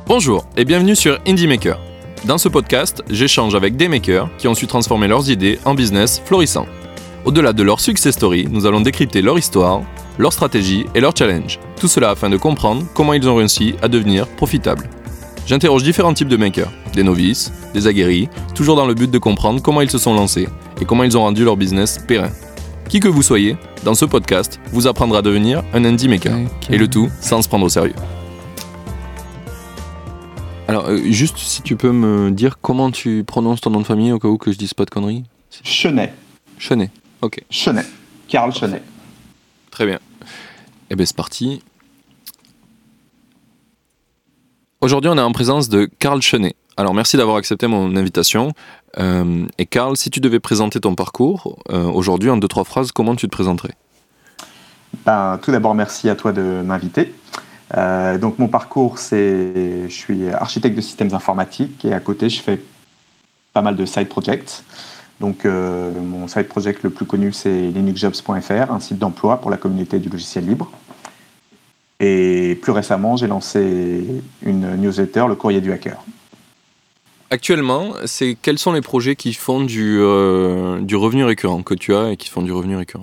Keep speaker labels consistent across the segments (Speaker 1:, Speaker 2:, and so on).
Speaker 1: Bonjour et bienvenue sur Indie Maker. Dans ce podcast, j'échange avec des makers qui ont su transformer leurs idées en business florissant. Au-delà de leur success story, nous allons décrypter leur histoire, leur stratégie et leurs challenges. Tout cela afin de comprendre comment ils ont réussi à devenir profitables. J'interroge différents types de makers, des novices, des aguerris, toujours dans le but de comprendre comment ils se sont lancés et comment ils ont rendu leur business périn. Qui que vous soyez, dans ce podcast, vous apprendra à devenir un indie maker. Okay. Et le tout sans se prendre au sérieux. Alors, juste si tu peux me dire comment tu prononces ton nom de famille au cas où que je dise pas de conneries.
Speaker 2: Chenet.
Speaker 1: Chenet, ok.
Speaker 2: Chenet. Carl Chenet.
Speaker 1: Très bien. Eh bien, c'est parti. Aujourd'hui, on est en présence de Carl Chenet. Alors, merci d'avoir accepté mon invitation. Et Carl, si tu devais présenter ton parcours, aujourd'hui, en 2-3 phrases, comment tu te présenterais ?
Speaker 2: Tout d'abord, merci à toi de m'inviter. Donc mon parcours, je suis architecte de systèmes informatiques et à côté je fais pas mal de side projects. Donc mon side project le plus connu c'est linuxjobs.fr, un site d'emploi pour la communauté du logiciel libre. Et plus récemment j'ai lancé une newsletter, le courrier du hacker. Actuellement,
Speaker 1: quels sont les projets qui font du revenu récurrent que tu as et qui font du revenu récurrent ?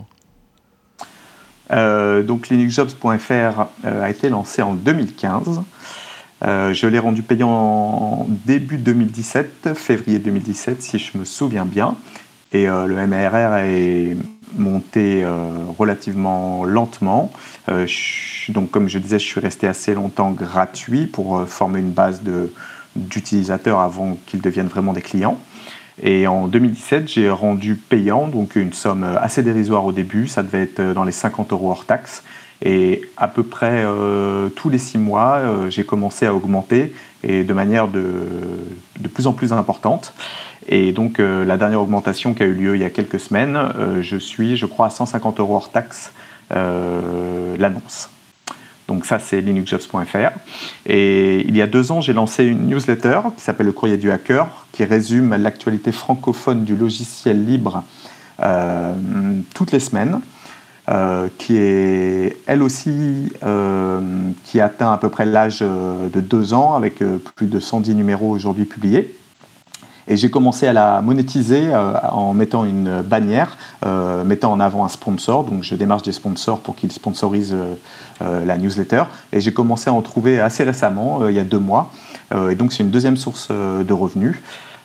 Speaker 2: Donc linuxjobs.fr a été lancé en 2015. Je l'ai rendu payant en début 2017, février 2017 si je me souviens bien. Et le MRR est monté relativement lentement. Donc comme je disais, je suis resté assez longtemps gratuit pour former une base d'utilisateurs avant qu'ils deviennent vraiment des clients. Et en 2017, j'ai rendu payant, donc une somme assez dérisoire au début, ça devait être dans les 50 € hors taxe. Et à peu près tous les 6 mois, j'ai commencé à augmenter et de manière de plus en plus importante. Et donc la dernière augmentation qui a eu lieu il y a quelques semaines, je suis, je crois, à 150 € hors taxe l'annonce. Donc ça, c'est linuxjobs.fr. Et il y a 2 ans, j'ai lancé une newsletter qui s'appelle le courrier du hacker, qui résume l'actualité francophone du logiciel libre toutes les semaines, qui est elle aussi qui atteint à peu près l'âge de 2 ans, avec plus de 110 numéros aujourd'hui publiés. Et j'ai commencé à la monétiser en mettant une bannière, mettant en avant un sponsor. Donc je démarche des sponsors pour qu'ils sponsorisent la newsletter. Et j'ai commencé à en trouver assez récemment, il y a 2 mois. Et donc c'est une deuxième source de revenus.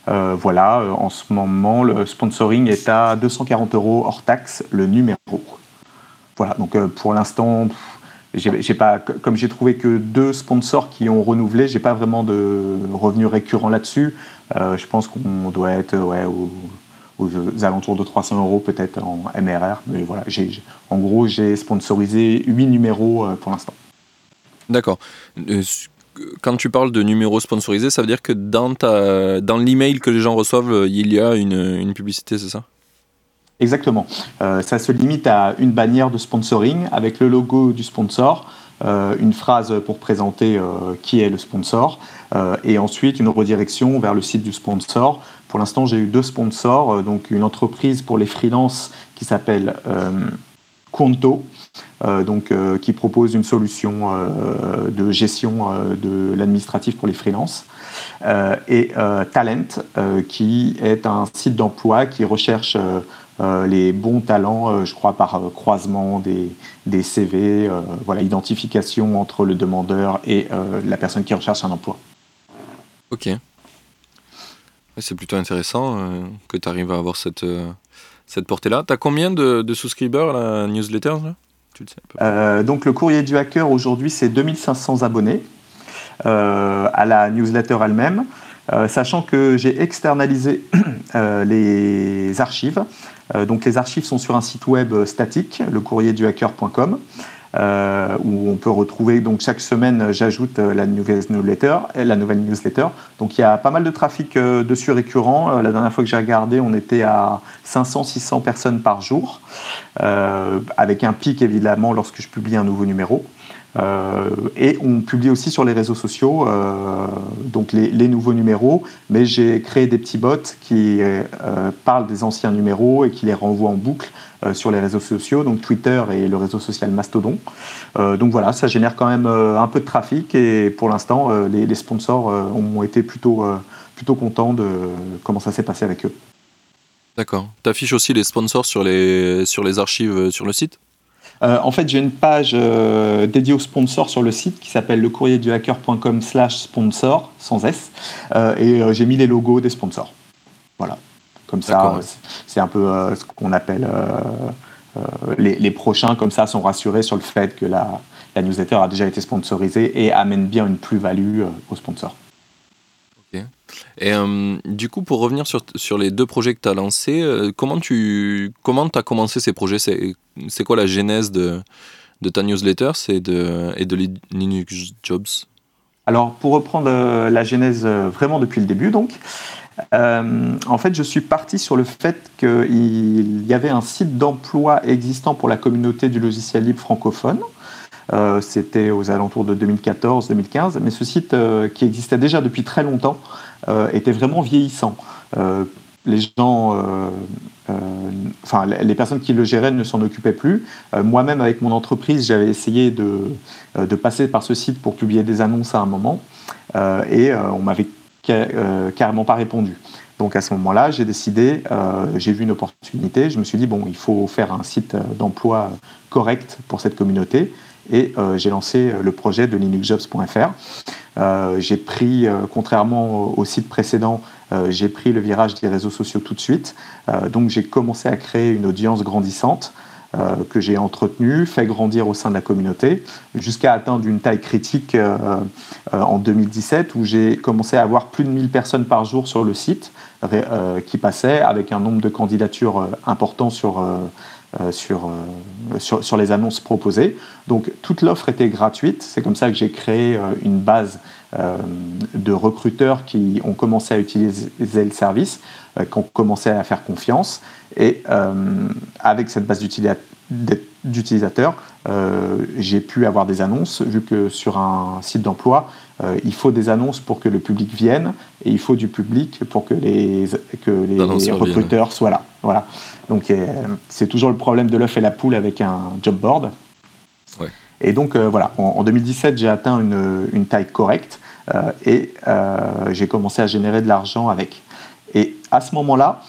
Speaker 2: En ce moment, le sponsoring est à 240 € hors taxe le numéro. Voilà, donc pour l'instant... J'ai pas, comme j'ai trouvé que 2 sponsors qui ont renouvelé, j'ai pas vraiment de revenus récurrents là-dessus. Je pense qu'on doit être aux alentours de 300 € peut-être en MRR. Mais voilà, en gros, j'ai sponsorisé 8 numéros pour l'instant.
Speaker 1: D'accord. Quand tu parles de numéros sponsorisés, ça veut dire que dans l'email que les gens reçoivent, il y a une publicité, c'est ça ?
Speaker 2: Exactement. Ça se limite à une bannière de sponsoring avec le logo du sponsor, une phrase pour présenter qui est le sponsor, et ensuite une redirection vers le site du sponsor. Pour l'instant, j'ai eu 2 sponsors, donc une entreprise pour les freelances qui s'appelle Conto, qui propose une solution de gestion de l'administratif pour les freelances, et Talent, qui est un site d'emploi qui recherche les bons talents, je crois, par croisement des CV, identification entre le demandeur et la personne qui recherche un emploi.
Speaker 1: Ok. C'est plutôt intéressant que tu arrives à avoir cette portée-là. Tu as combien de souscribers à la newsletter là ? Tu le sais,
Speaker 2: donc le courrier du hacker, aujourd'hui, c'est 2500 abonnés à la newsletter elle-même, sachant que j'ai externalisé les archives. Donc les archives sont sur un site web statique, lecourrierduhacker.com, où on peut retrouver, donc chaque semaine j'ajoute la nouvelle newsletter. Donc il y a pas mal de trafic dessus récurrent. La dernière fois que j'ai regardé, on était à 500-600 personnes par jour, avec un pic évidemment lorsque je publie un nouveau numéro. Et on publie aussi sur les réseaux sociaux donc les nouveaux numéros, mais j'ai créé des petits bots qui parlent des anciens numéros et qui les renvoient en boucle sur les réseaux sociaux, donc Twitter et le réseau social Mastodon. Donc voilà, ça génère quand même un peu de trafic et pour l'instant, les sponsors ont été plutôt contents de comment ça s'est passé avec eux.
Speaker 1: D'accord. Tu affiches aussi les sponsors sur les archives sur le site ?
Speaker 2: En fait, j'ai une page dédiée aux sponsors sur le site qui s'appelle lecourrierduhacker.com/sponsor, sans S, et j'ai mis les logos des sponsors. Voilà. Comme ça, c'est un peu ce qu'on appelle les prochains, comme ça, sont rassurés sur le fait que la newsletter a déjà été sponsorisée et amène bien une plus-value aux sponsors.
Speaker 1: Ok. Et du coup, pour revenir sur les 2 projets que tu as lancés, comment tu as commencé ces projets ? C'est quoi la genèse de ta newsletter et de Linux Jobs ?
Speaker 2: Alors, pour reprendre la genèse vraiment depuis le début, donc, en fait, je suis parti sur le fait qu'il y avait un site d'emploi existant pour la communauté du logiciel libre francophone. C'était aux alentours de 2014-2015, mais ce site qui existait déjà depuis très longtemps était vraiment vieillissant. Les gens, les personnes qui le géraient ne s'en occupaient plus. Moi-même, avec mon entreprise, j'avais essayé de passer par ce site pour publier des annonces à un moment, et on m'avait carrément pas répondu. Donc à ce moment-là, j'ai décidé, j'ai vu une opportunité, je me suis dit, bon, il faut faire un site d'emploi correct pour cette communauté, et j'ai lancé le projet de linuxjobs.fr. J'ai pris, contrairement au site précédent, j'ai pris le virage des réseaux sociaux tout de suite. Donc j'ai commencé à créer une audience grandissante que j'ai entretenue, fait grandir au sein de la communauté, jusqu'à atteindre une taille critique en 2017, où j'ai commencé à avoir plus de 1000 personnes par jour sur le site qui passaient, avec un nombre de candidatures important sur les annonces proposées. Donc toute l'offre était gratuite. C'est comme ça que j'ai créé une base de recruteurs qui ont commencé à utiliser le service, qui ont commencé à faire confiance. Et avec cette base d'utilisateurs, j'ai pu avoir des annonces, vu que sur un site d'emploi, il faut des annonces pour que le public vienne, et il faut du public pour que les recruteurs soient là. Voilà. Donc c'est toujours le problème de l'œuf et la poule avec un job board. Ouais. Et donc voilà, en 2017, j'ai atteint une taille correcte et j'ai commencé à générer de l'argent avec. Et à ce moment-là,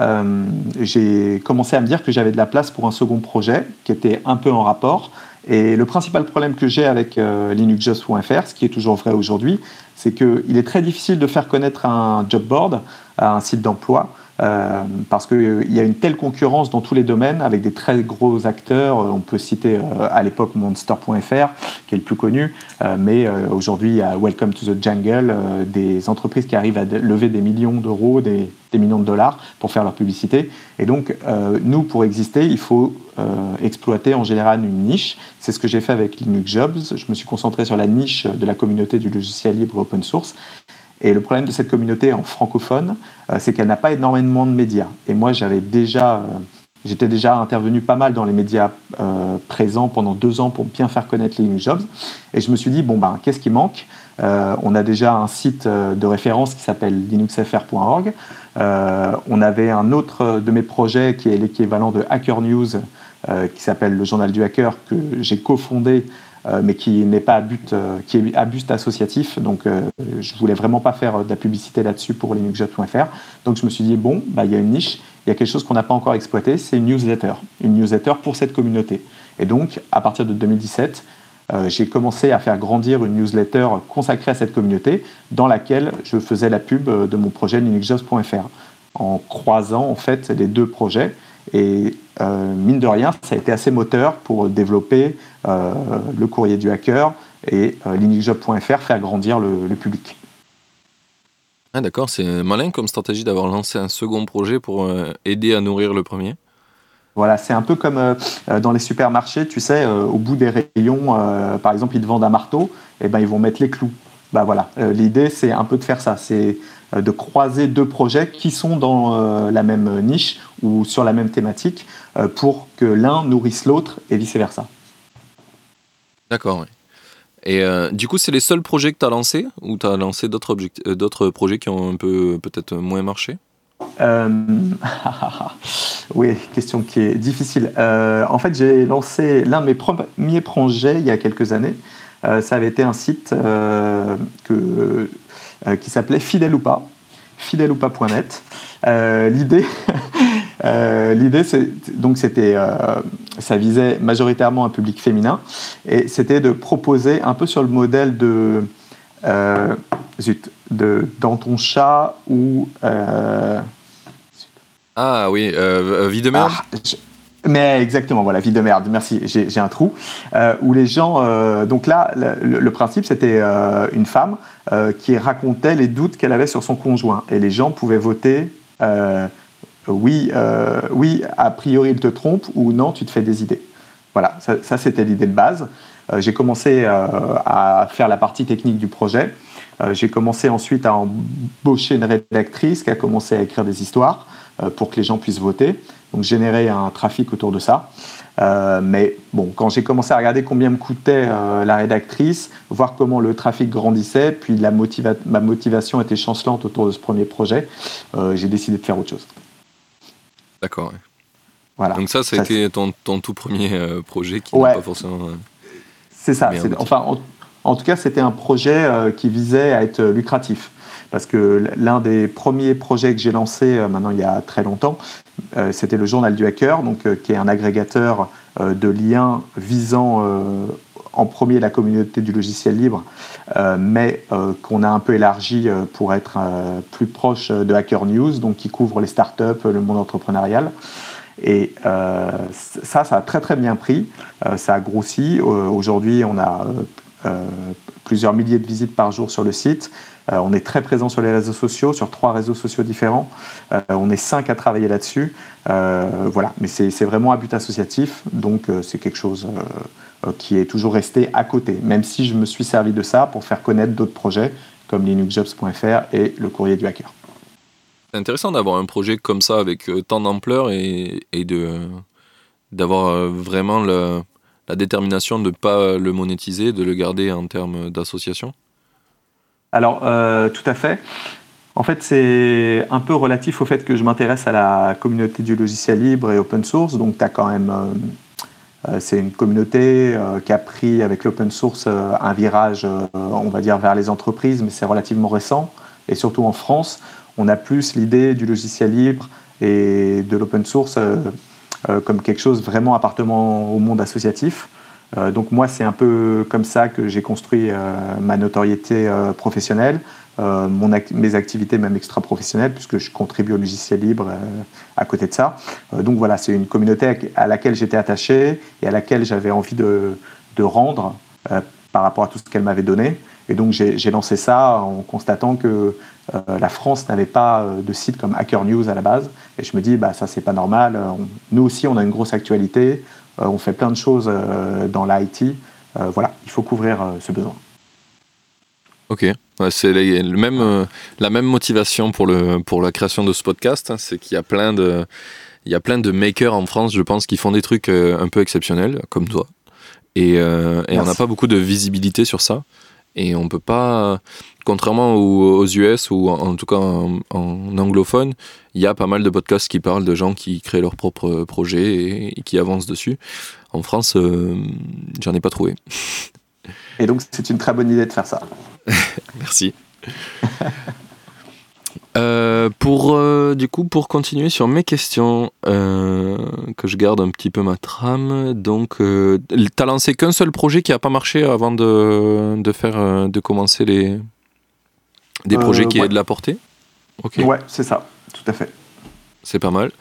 Speaker 2: j'ai commencé à me dire que j'avais de la place pour un second projet qui était un peu en rapport. Et le principal problème que j'ai avec linuxjobs.fr, ce qui est toujours vrai aujourd'hui, c'est qu'il est très difficile de faire connaître un job board à un site d'emploi, parce qu'il y a une telle concurrence dans tous les domaines avec des très gros acteurs. On peut citer à l'époque Monster.fr qui est le plus connu, mais aujourd'hui il y a Welcome to the Jungle, des entreprises qui arrivent à lever des millions d'euros, des millions de dollars pour faire leur publicité. Et donc nous, pour exister, il faut exploiter en général une niche. C'est ce que j'ai fait avec Linux Jobs. Je me suis concentré sur la niche de la communauté du logiciel libre open source. Et le problème de cette communauté en francophone, c'est qu'elle n'a pas énormément de médias. Et moi, j'étais déjà intervenu pas mal dans les médias présents pendant 2 ans pour bien faire connaître Linux Jobs. Et je me suis dit, qu'est-ce qui manque ? On a déjà un site de référence qui s'appelle linuxfr.org. On avait un autre de mes projets qui est l'équivalent de Hacker News, qui s'appelle le Journal du Hacker, que j'ai cofondé, mais qui n'est pas qui est à but associatif. Donc, je voulais vraiment pas faire de la publicité là-dessus pour linuxjobs.fr. Donc, je me suis dit, il y a une niche, il y a quelque chose qu'on n'a pas encore exploité, c'est une newsletter pour cette communauté. Et donc, à partir de 2017, j'ai commencé à faire grandir une newsletter consacrée à cette communauté, dans laquelle je faisais la pub de mon projet linuxjobs.fr, en croisant en fait les 2 projets. Et mine de rien, ça a été assez moteur pour développer le courrier du hacker et linuxjobs.fr, faire grandir le public.
Speaker 1: Ah d'accord, c'est malin comme stratégie d'avoir lancé un second projet pour aider à nourrir le premier.
Speaker 2: Voilà, c'est un peu comme dans les supermarchés, tu sais, au bout des rayons, par exemple, ils te vendent un marteau, et ils vont mettre les clous. Voilà, l'idée, c'est un peu de faire ça, c'est de croiser 2 projets qui sont dans la même niche ou sur la même thématique pour que l'un nourrisse l'autre et vice-versa.
Speaker 1: D'accord, oui. Et du coup, c'est les seuls projets que tu as lancés ou tu as lancé d'autres projets qui ont un peu peut-être moins marché?
Speaker 2: Oui, question qui est difficile. En fait, j'ai lancé l'un de mes premiers projets il y a quelques années. Ça avait été un site qui s'appelait Fidèle ou pas, fidèleoupas.net. L'idée, ça visait majoritairement un public féminin et c'était de proposer un peu sur le modèle dans ton chat ou
Speaker 1: Ah oui, vie de merde.
Speaker 2: Mais exactement, voilà, vie de merde, merci, j'ai un trou. Où les gens. Donc là, le principe, c'était une femme qui racontait les doutes qu'elle avait sur son conjoint. Et les gens pouvaient voter oui, a priori, il te trompe, ou non, tu te fais des idées. Voilà, ça c'était l'idée de base. J'ai commencé à faire la partie technique du projet. J'ai commencé ensuite à embaucher une rédactrice qui a commencé à écrire des histoires pour que les gens puissent voter. Donc générer un trafic autour de ça. Mais bon, quand j'ai commencé à regarder combien me coûtait la rédactrice, voir comment le trafic grandissait, puis ma motivation était chancelante autour de ce premier projet, j'ai décidé de faire autre chose.
Speaker 1: D'accord. Ouais.
Speaker 2: Voilà.
Speaker 1: Donc ça a été ton tout premier projet qui n'a pas forcément...
Speaker 2: c'est ça. En tout cas, c'était un projet qui visait à être lucratif. Parce que l'un des premiers projets que j'ai lancé, maintenant il y a très longtemps, c'était le Journal du Hacker, qui est un agrégateur de liens visant en premier la communauté du logiciel libre, mais qu'on a un peu élargi pour être plus proche de Hacker News, donc qui couvre les startups, le monde entrepreneurial. Et ça a très très bien pris, ça a grossi. Aujourd'hui, on a plusieurs milliers de visites par jour sur le site. On est très présent sur les réseaux sociaux, sur 3 réseaux sociaux différents. On est 5 à travailler là-dessus. Voilà, mais c'est vraiment un but associatif, donc c'est quelque chose qui est toujours resté à côté, même si je me suis servi de ça pour faire connaître d'autres projets comme linuxjobs.fr et le courrier du hacker.
Speaker 1: C'est intéressant d'avoir un projet comme ça avec tant d'ampleur et d'avoir vraiment la détermination de ne pas le monétiser, de le garder en termes d'association.
Speaker 2: Alors, tout à fait. En fait, c'est un peu relatif au fait que je m'intéresse à la communauté du logiciel libre et open source. Donc, tu as quand même... c'est une communauté qui a pris, avec l'open source, un virage, on va dire, vers les entreprises, mais c'est relativement récent. Et surtout en France, on a plus l'idée du logiciel libre et de l'open source comme quelque chose vraiment appartenant au monde associatif. Donc moi, c'est un peu comme ça que j'ai construit ma notoriété professionnelle, mes activités même extra-professionnelles, puisque je contribue au logiciel libre à côté de ça. Donc voilà, c'est une communauté à laquelle j'étais attaché et à laquelle j'avais envie de rendre par rapport à tout ce qu'elle m'avait donné. Et donc j'ai lancé ça en constatant que la France n'avait pas de site comme Hacker News à la base. Et je me dis, ça c'est pas normal. Nous aussi, on a une grosse actualité. On fait plein de choses dans l'IT. Voilà, il faut couvrir ce besoin.
Speaker 1: Ok, ouais, c'est la même motivation pour la création de ce podcast. Hein, c'est qu'il y a plein de makers en France, je pense, qui font des trucs un peu exceptionnels, comme toi. Et on n'a pas beaucoup de visibilité sur ça. Et on peut pas, contrairement aux US ou en tout cas en anglophone, il y a pas mal de podcasts qui parlent de gens qui créent leurs propres projets et qui avancent dessus. En France, j'en ai pas trouvé.
Speaker 2: Et donc c'est une très bonne idée de faire ça.
Speaker 1: Merci. Pour continuer sur mes questions, que je garde un petit peu ma trame, donc t'as lancé qu'un seul projet qui n'a pas marché avant de commencer des projets qui aient de la portée? Okay.
Speaker 2: Ouais, c'est ça, tout à fait.
Speaker 1: C'est pas mal.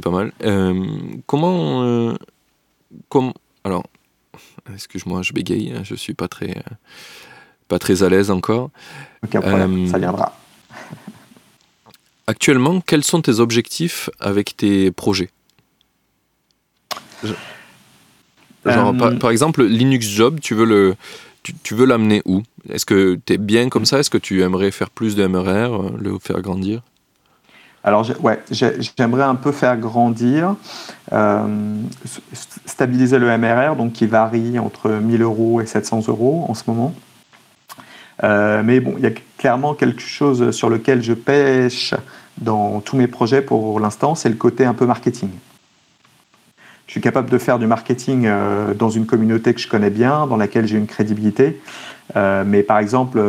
Speaker 1: Alors, excuse-moi, je bégaye, je suis pas très à l'aise encore.
Speaker 2: Aucun problème, ça viendra.
Speaker 1: Actuellement, quels sont tes objectifs avec tes projets? Par exemple, Linux Job, tu veux l'amener où? Est-ce que tu es bien comme ça? Est-ce que tu aimerais faire plus de MRR, le faire grandir?
Speaker 2: Alors, j'aimerais un peu faire grandir, stabiliser le MRR, donc qui varie entre 1 000 € et 700 € en ce moment. Mais bon, il y a clairement quelque chose sur lequel je pêche dans tous mes projets pour l'instant, c'est le côté un peu marketing. Je suis capable de faire du marketing dans une communauté que je connais bien, dans laquelle j'ai une crédibilité. Mais par exemple,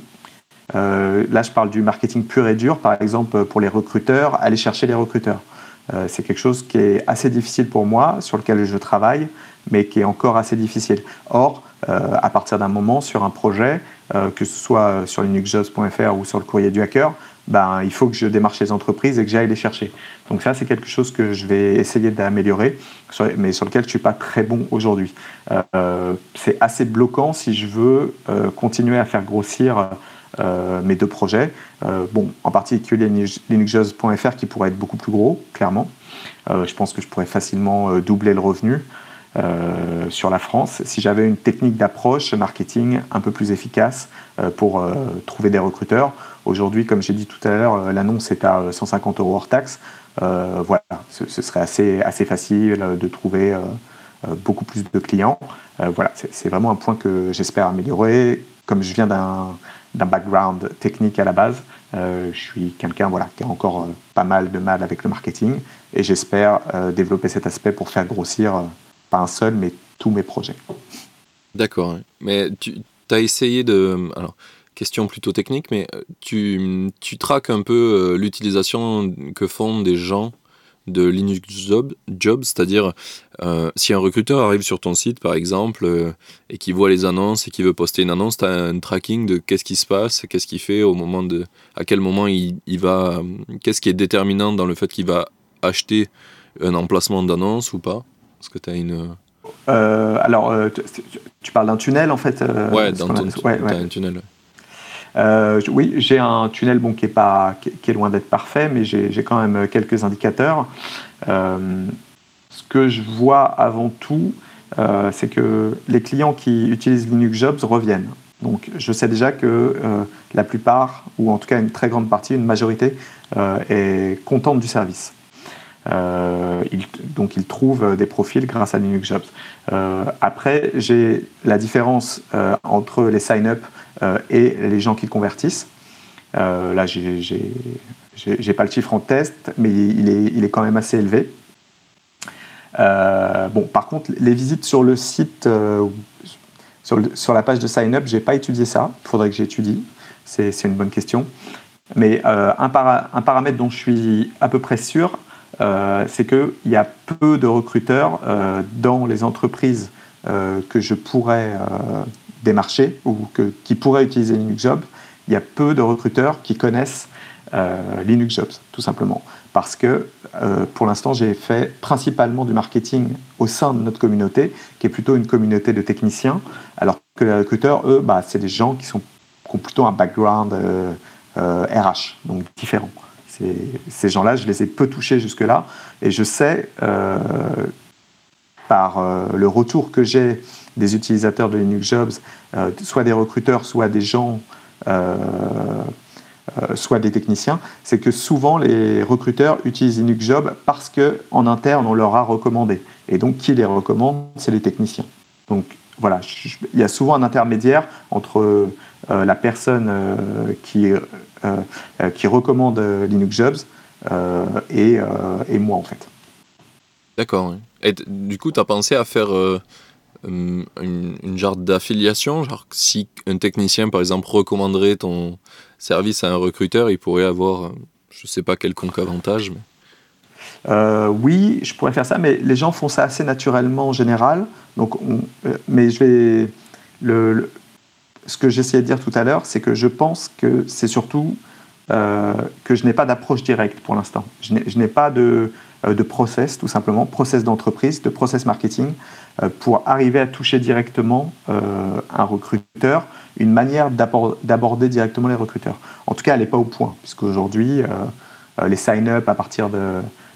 Speaker 2: là je parle du marketing pur et dur, par exemple pour les recruteurs, aller chercher les recruteurs. C'est quelque chose qui est assez difficile pour moi, sur lequel je travaille, mais qui est encore assez difficile. Or, à partir d'un moment, sur un projet, que ce soit sur linuxjobs.fr ou sur le courrier du hacker, il faut que je démarche les entreprises et que j'aille les chercher. Donc ça, c'est quelque chose que je vais essayer d'améliorer, mais sur lequel je ne suis pas très bon aujourd'hui. C'est assez bloquant si je veux continuer à faire grossir mes deux projets. En particulier linuxjobs.fr qui pourrait être beaucoup plus gros, clairement. Je pense que je pourrais facilement doubler le revenu sur la France si j'avais une technique d'approche marketing un peu plus efficace pour trouver des recruteurs. Aujourd'hui, comme j'ai dit tout à l'heure, l'annonce est à 150 € hors taxe. Voilà, ce serait assez facile de trouver beaucoup plus de clients. Voilà, c'est vraiment un point que j'espère améliorer. Comme je viens d'un background technique à la base, je suis quelqu'un qui a encore pas mal de mal avec le marketing et j'espère développer cet aspect pour faire grossir pas un seul, mais tous mes projets.
Speaker 1: D'accord, mais tu as essayé de... Alors, question plutôt technique, mais tu traques un peu l'utilisation que font des gens de Linux Jobs, c'est-à-dire si un recruteur arrive sur ton site par exemple et qui voit les annonces et qui veut poster une annonce, tu as un tracking de qu'est-ce qui se passe, qu'est-ce qu'il fait à quel moment il va, qu'est-ce qui est déterminant dans le fait qu'il va acheter un emplacement d'annonce ou pas? Est-ce que tu as une...
Speaker 2: tu parles d'un tunnel en fait
Speaker 1: Ouais, un tunnel.
Speaker 2: Oui, j'ai un tunnel qui est loin d'être parfait, mais j'ai quand même quelques indicateurs. Ce que je vois avant tout, c'est que les clients qui utilisent Linux Jobs reviennent. Donc je sais déjà que la plupart, ou en tout cas une très grande partie, une majorité, est contente du service. Donc ils trouvent des profils grâce à Linux Jobs. Après, j'ai la différence entre les sign-up et les gens qui convertissent. Là, j'ai pas le chiffre en test, mais il est quand même assez élevé. Par contre, les visites sur le site, sur la page de sign-up, j'ai pas étudié ça. Il faudrait que j'étudie. C'est une bonne question. Mais un paramètre dont je suis à peu près sûr, c'est qu'il y a peu de recruteurs dans les entreprises que je pourrais démarcher ou qui pourraient utiliser Linux Jobs. Il y a peu de recruteurs qui connaissent Linux Jobs, tout simplement. Parce que pour l'instant, j'ai fait principalement du marketing au sein de notre communauté, qui est plutôt une communauté de techniciens, alors que les recruteurs, eux, c'est des gens qui ont plutôt un background RH, donc différent. Ces gens-là, je les ai peu touchés jusque-là, et je sais, par le retour que j'ai des utilisateurs de Linux Jobs, soit des recruteurs, soit des gens, soit des techniciens, c'est que souvent les recruteurs utilisent Linux Jobs parce qu'en interne, on leur a recommandé. Et donc, qui les recommande? C'est les techniciens. Donc, voilà, il y a souvent un intermédiaire entre la personne qui recommande Linux Jobs et moi, en fait.
Speaker 1: D'accord. Et du coup, tu as pensé à faire une genre d'affiliation, genre si un technicien, par exemple, recommanderait ton service à un recruteur, il pourrait avoir, je ne sais pas quelconque avantage.
Speaker 2: Oui, je pourrais faire ça, mais les gens font ça assez naturellement en général. Donc, mais ce que j'essayais de dire tout à l'heure, c'est que je pense que c'est surtout que je n'ai pas d'approche directe pour l'instant. Je n'ai pas de process, tout simplement, process d'entreprise, de process marketing, pour arriver à toucher directement un recruteur, une manière d'aborder directement les recruteurs. En tout cas, elle n'est pas au point, puisqu'aujourd'hui, les sign-up à partir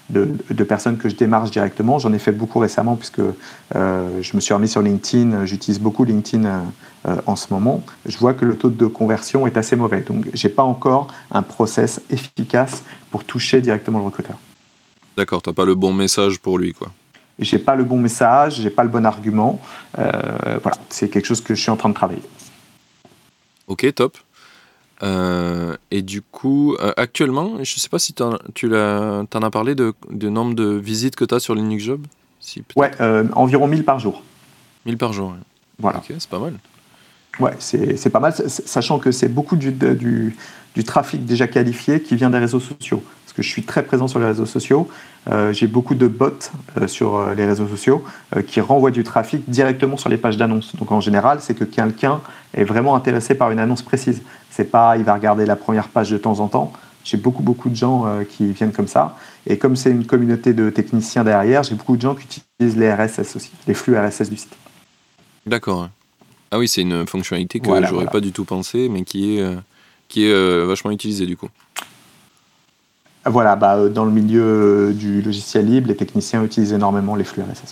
Speaker 2: de personnes que je démarche directement. J'en ai fait beaucoup récemment puisque je me suis remis sur LinkedIn. J'utilise beaucoup LinkedIn en ce moment. Je vois que le taux de conversion est assez mauvais. Donc, je n'ai pas encore un process efficace pour toucher directement le recruteur.
Speaker 1: D'accord, tu n'as pas le bon message pour lui, quoi.
Speaker 2: J'ai pas le bon message, j'ai pas le bon argument. Voilà, c'est quelque chose que je suis en train de travailler.
Speaker 1: Ok, top. Et du coup, actuellement, je ne sais pas si t'en as parlé du nombre de visites que tu as sur Linux Job.
Speaker 2: Ouais, environ 1000 par jour.
Speaker 1: 1000 par jour, ouais.
Speaker 2: Voilà.
Speaker 1: Ok, c'est pas mal.
Speaker 2: Ouais, c'est pas mal, sachant que c'est beaucoup du trafic déjà qualifié qui vient des réseaux sociaux. Parce que je suis très présent sur les réseaux sociaux. J'ai beaucoup de bots sur les réseaux sociaux qui renvoient du trafic directement sur les pages d'annonces. Donc en général, c'est que quelqu'un est vraiment intéressé par une annonce précise. C'est pas, il va regarder la première page de temps en temps. J'ai beaucoup de gens qui viennent comme ça. Et comme c'est une communauté de techniciens derrière, j'ai beaucoup de gens qui utilisent les RSS aussi, les flux RSS du site.
Speaker 1: D'accord. Ah oui, c'est une fonctionnalité que j'aurais pas du tout pensé, mais qui est vachement utilisée du coup.
Speaker 2: Voilà, dans le milieu du logiciel libre, les techniciens utilisent énormément les flux RSS.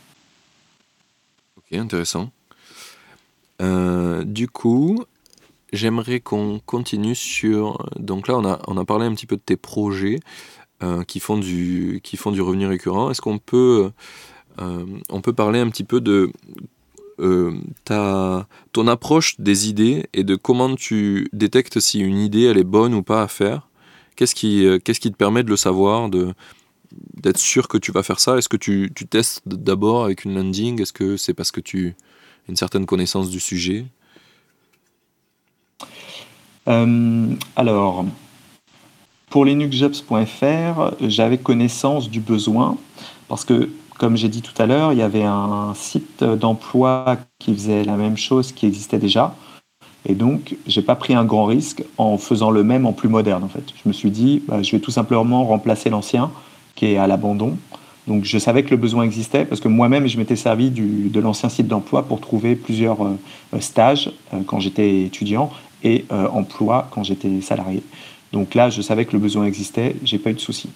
Speaker 1: Ok, intéressant. Du coup, j'aimerais qu'on continue sur... Donc là, on a parlé un petit peu de tes projets qui font du revenu récurrent. Est-ce qu'on peut parler un petit peu de ton approche des idées et de comment tu détectes si une idée elle est bonne ou pas à faire? Qu'est-ce qui te permet de le savoir, d'être sûr que tu vas faire ça? Est-ce que tu testes d'abord avec une landing? Est-ce que c'est parce que tu as une certaine connaissance du sujet?
Speaker 2: Alors, pour linuxjobs.fr, j'avais connaissance du besoin parce que, comme j'ai dit tout à l'heure, il y avait un site d'emploi qui faisait la même chose qui existait déjà. Et donc, j'ai pas pris un grand risque en faisant le même en plus moderne, en fait. Je me suis dit, je vais tout simplement remplacer l'ancien qui est à l'abandon. Donc, je savais que le besoin existait parce que moi-même, je m'étais servi de l'ancien site d'emploi pour trouver plusieurs stages quand j'étais étudiant et emploi quand j'étais salarié. Donc là, je savais que le besoin existait, j'ai pas eu de souci.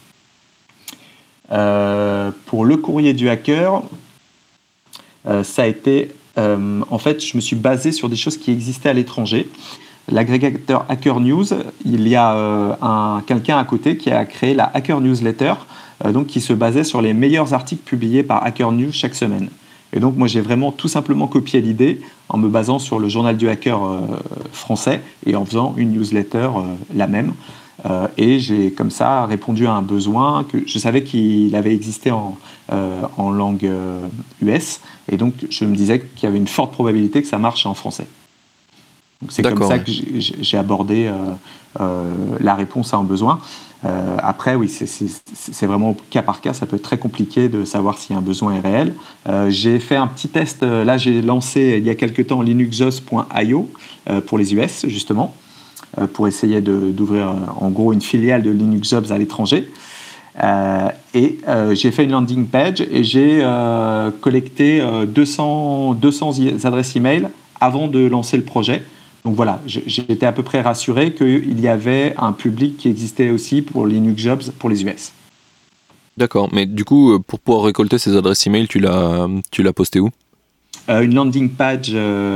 Speaker 2: Pour le courrier du hacker, ça a été... en fait, je me suis basé sur des choses qui existaient à l'étranger. L'agrégateur Hacker News, il y a quelqu'un à côté qui a créé la Hacker Newsletter, donc qui se basait sur les meilleurs articles publiés par Hacker News chaque semaine. Et donc, moi, j'ai vraiment tout simplement copié l'idée en me basant sur le journal du hacker français et en faisant une newsletter la même. Et j'ai comme ça répondu à un besoin que je savais qu'il avait existé en langue US. Et donc, je me disais qu'il y avait une forte probabilité que ça marche en français. Donc, c'est comme ça que j'ai abordé la réponse à un besoin. Après, oui, c'est vraiment cas par cas. Ça peut être très compliqué de savoir si un besoin est réel. J'ai fait un petit test. Là, j'ai lancé il y a quelque temps linuxjobs.io pour les US, justement, pour essayer d'ouvrir en gros une filiale de linuxjobs à l'étranger. Et j'ai fait une landing page et j'ai collecté 200 adresses email avant de lancer le projet. Donc voilà, j'étais à peu près rassuré qu'il y avait un public qui existait aussi pour linuxjobs pour les US.
Speaker 1: D'accord, mais du coup, pour pouvoir récolter ces adresses email, tu l'as posté où?
Speaker 2: Une landing page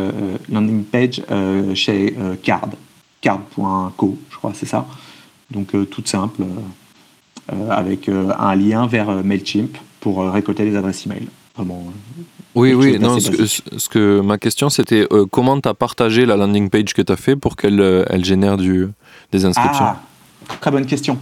Speaker 2: chez card.co, je crois, c'est ça. Donc toute simple, avec un lien vers Mailchimp pour récolter les adresses email. Vraiment.
Speaker 1: Oui. Non, ma question, c'était comment tu as partagé la landing page que tu as fait pour qu'elle génère des inscriptions?
Speaker 2: Très bonne question.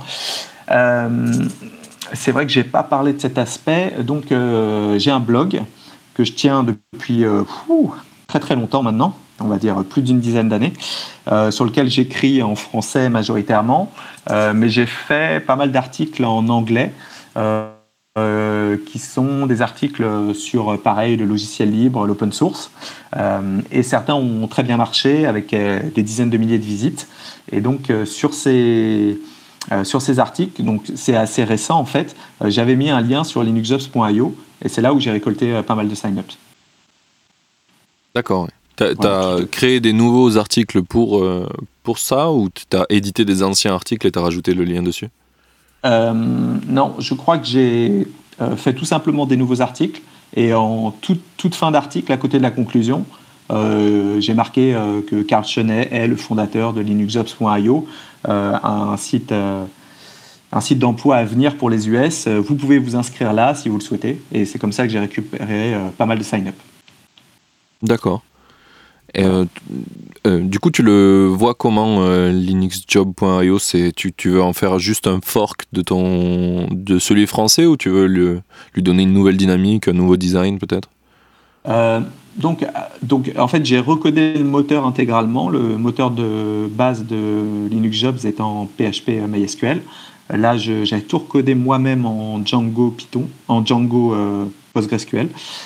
Speaker 2: C'est vrai que je n'ai pas parlé de cet aspect. Donc, j'ai un blog que je tiens depuis très longtemps maintenant, on va dire plus d'une dizaine d'années, sur lequel j'écris en français majoritairement, mais j'ai fait pas mal d'articles en anglais. Qui sont des articles sur, pareil, le logiciel libre, l'open source. Et certains ont très bien marché avec des dizaines de milliers de visites. Et donc, sur ces articles, donc c'est assez récent en fait, j'avais mis un lien sur linuxjobs.io et c'est là où j'ai récolté pas mal de sign-ups.
Speaker 1: D'accord. Tu as créé des nouveaux articles pour ça ou tu as édité des anciens articles et tu as rajouté le lien dessus?
Speaker 2: Non, je crois que j'ai fait tout simplement des nouveaux articles et en toute fin d'article, à côté de la conclusion, j'ai marqué que Carl Chenet est le fondateur de linuxjobs.io, un site d'emploi à venir pour les US. Vous pouvez vous inscrire là si vous le souhaitez. Et c'est comme ça que j'ai récupéré pas mal de sign-up.
Speaker 1: D'accord. Et, du coup, tu le vois comment linuxjob.io, tu veux en faire juste un fork de celui français ou tu veux lui donner une nouvelle dynamique, un nouveau design peut-être?
Speaker 2: Donc, en fait, j'ai recodé le moteur intégralement. Le moteur de base de Linux Jobs est en PHP MySQL. Là, j'ai tout recodé moi-même en Django Python, en Django PostgreSQL.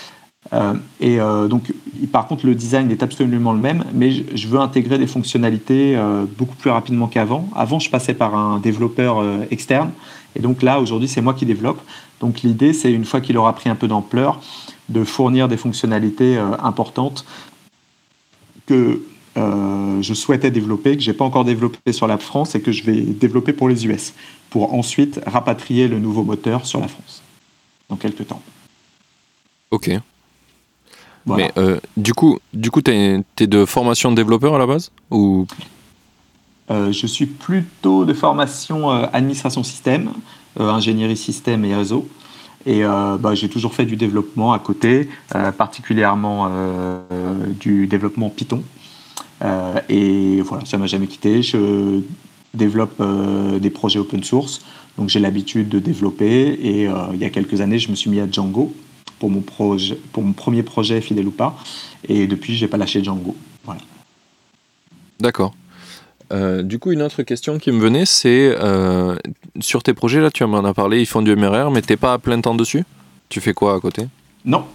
Speaker 2: Donc, par contre, le design est absolument le même, mais je veux intégrer des fonctionnalités beaucoup plus rapidement qu'avant. Avant, je passais par un développeur externe, et donc là, aujourd'hui, c'est moi qui développe. Donc, l'idée, c'est une fois qu'il aura pris un peu d'ampleur, de fournir des fonctionnalités importantes que je souhaitais développer, que je n'ai pas encore développé sur la France et que je vais développer pour les US, pour ensuite rapatrier le nouveau moteur sur la France dans quelques temps.
Speaker 1: Ok.
Speaker 2: Voilà.
Speaker 1: Mais du coup, t'es de formation de développeur à la base ou...
Speaker 2: Je suis plutôt de formation administration système, ingénierie système et réseau. Et j'ai toujours fait du développement à côté, particulièrement du développement Python. Et voilà, ça m'a jamais quitté. Je développe des projets open source, donc j'ai l'habitude de développer. Et il y a quelques années, je me suis mis à Django pour mon premier projet, fidèle ou pas. Et depuis, j'ai pas lâché Django. Voilà.
Speaker 1: D'accord. Du coup, une autre question qui me venait, c'est sur tes projets, là, tu m'en as parlé, ils font du MRR, mais t'es pas à plein temps dessus? Tu fais quoi à côté?
Speaker 2: Non.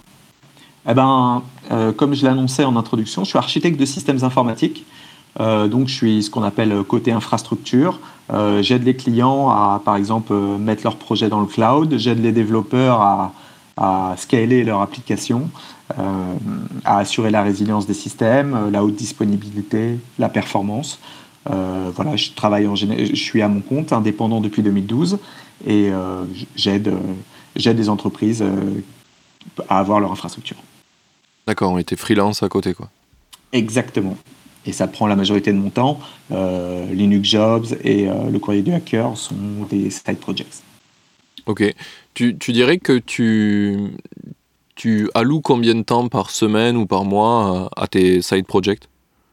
Speaker 2: Comme je l'annonçais en introduction, je suis architecte de systèmes informatiques. Donc, je suis ce qu'on appelle côté infrastructure. J'aide les clients à, par exemple, mettre leurs projets dans le cloud. J'aide les développeurs à scaler leur application, à assurer la résilience des systèmes, la haute disponibilité, la performance. Voilà, je suis à mon compte, indépendant depuis 2012, et j'aide des entreprises à avoir leur infrastructure.
Speaker 1: D'accord, on était freelance à côté, quoi.
Speaker 2: Exactement. Et ça prend la majorité de mon temps. Linux Jobs et le courrier du hacker sont des side projects.
Speaker 1: Ok. Tu dirais que tu alloues combien de temps par semaine ou par mois à tes side projects?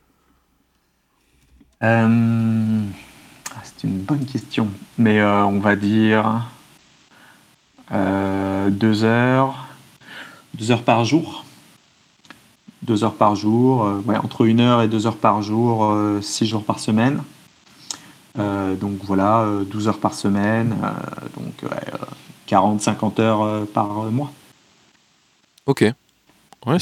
Speaker 2: C'est une bonne question. Mais on va dire 2 heures par jour. 2 heures par jour, entre 1 heure et 2 heures par jour, 6 jours par semaine. Donc voilà, 12 heures par semaine, 40-50 heures par mois.
Speaker 1: Ok. Ouais,
Speaker 2: Voilà,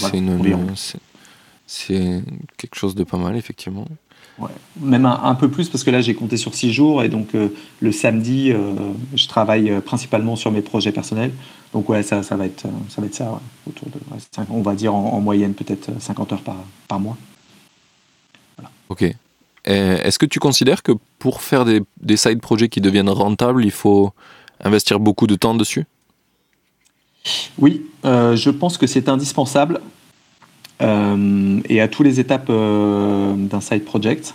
Speaker 1: c'est quelque chose de pas mal, effectivement.
Speaker 2: Ouais. Même un peu plus, parce que là, j'ai compté sur 6 jours, et donc le samedi, je travaille principalement sur mes projets personnels. Donc ouais, ça va être ça, ouais, autour de, on va dire en moyenne peut-être 50 heures par mois. Voilà.
Speaker 1: Ok. Est-ce que tu considères que pour faire des side projects qui deviennent rentables, il faut investir beaucoup de temps dessus?
Speaker 2: Oui, je pense que c'est indispensable, et à toutes les étapes d'un side project.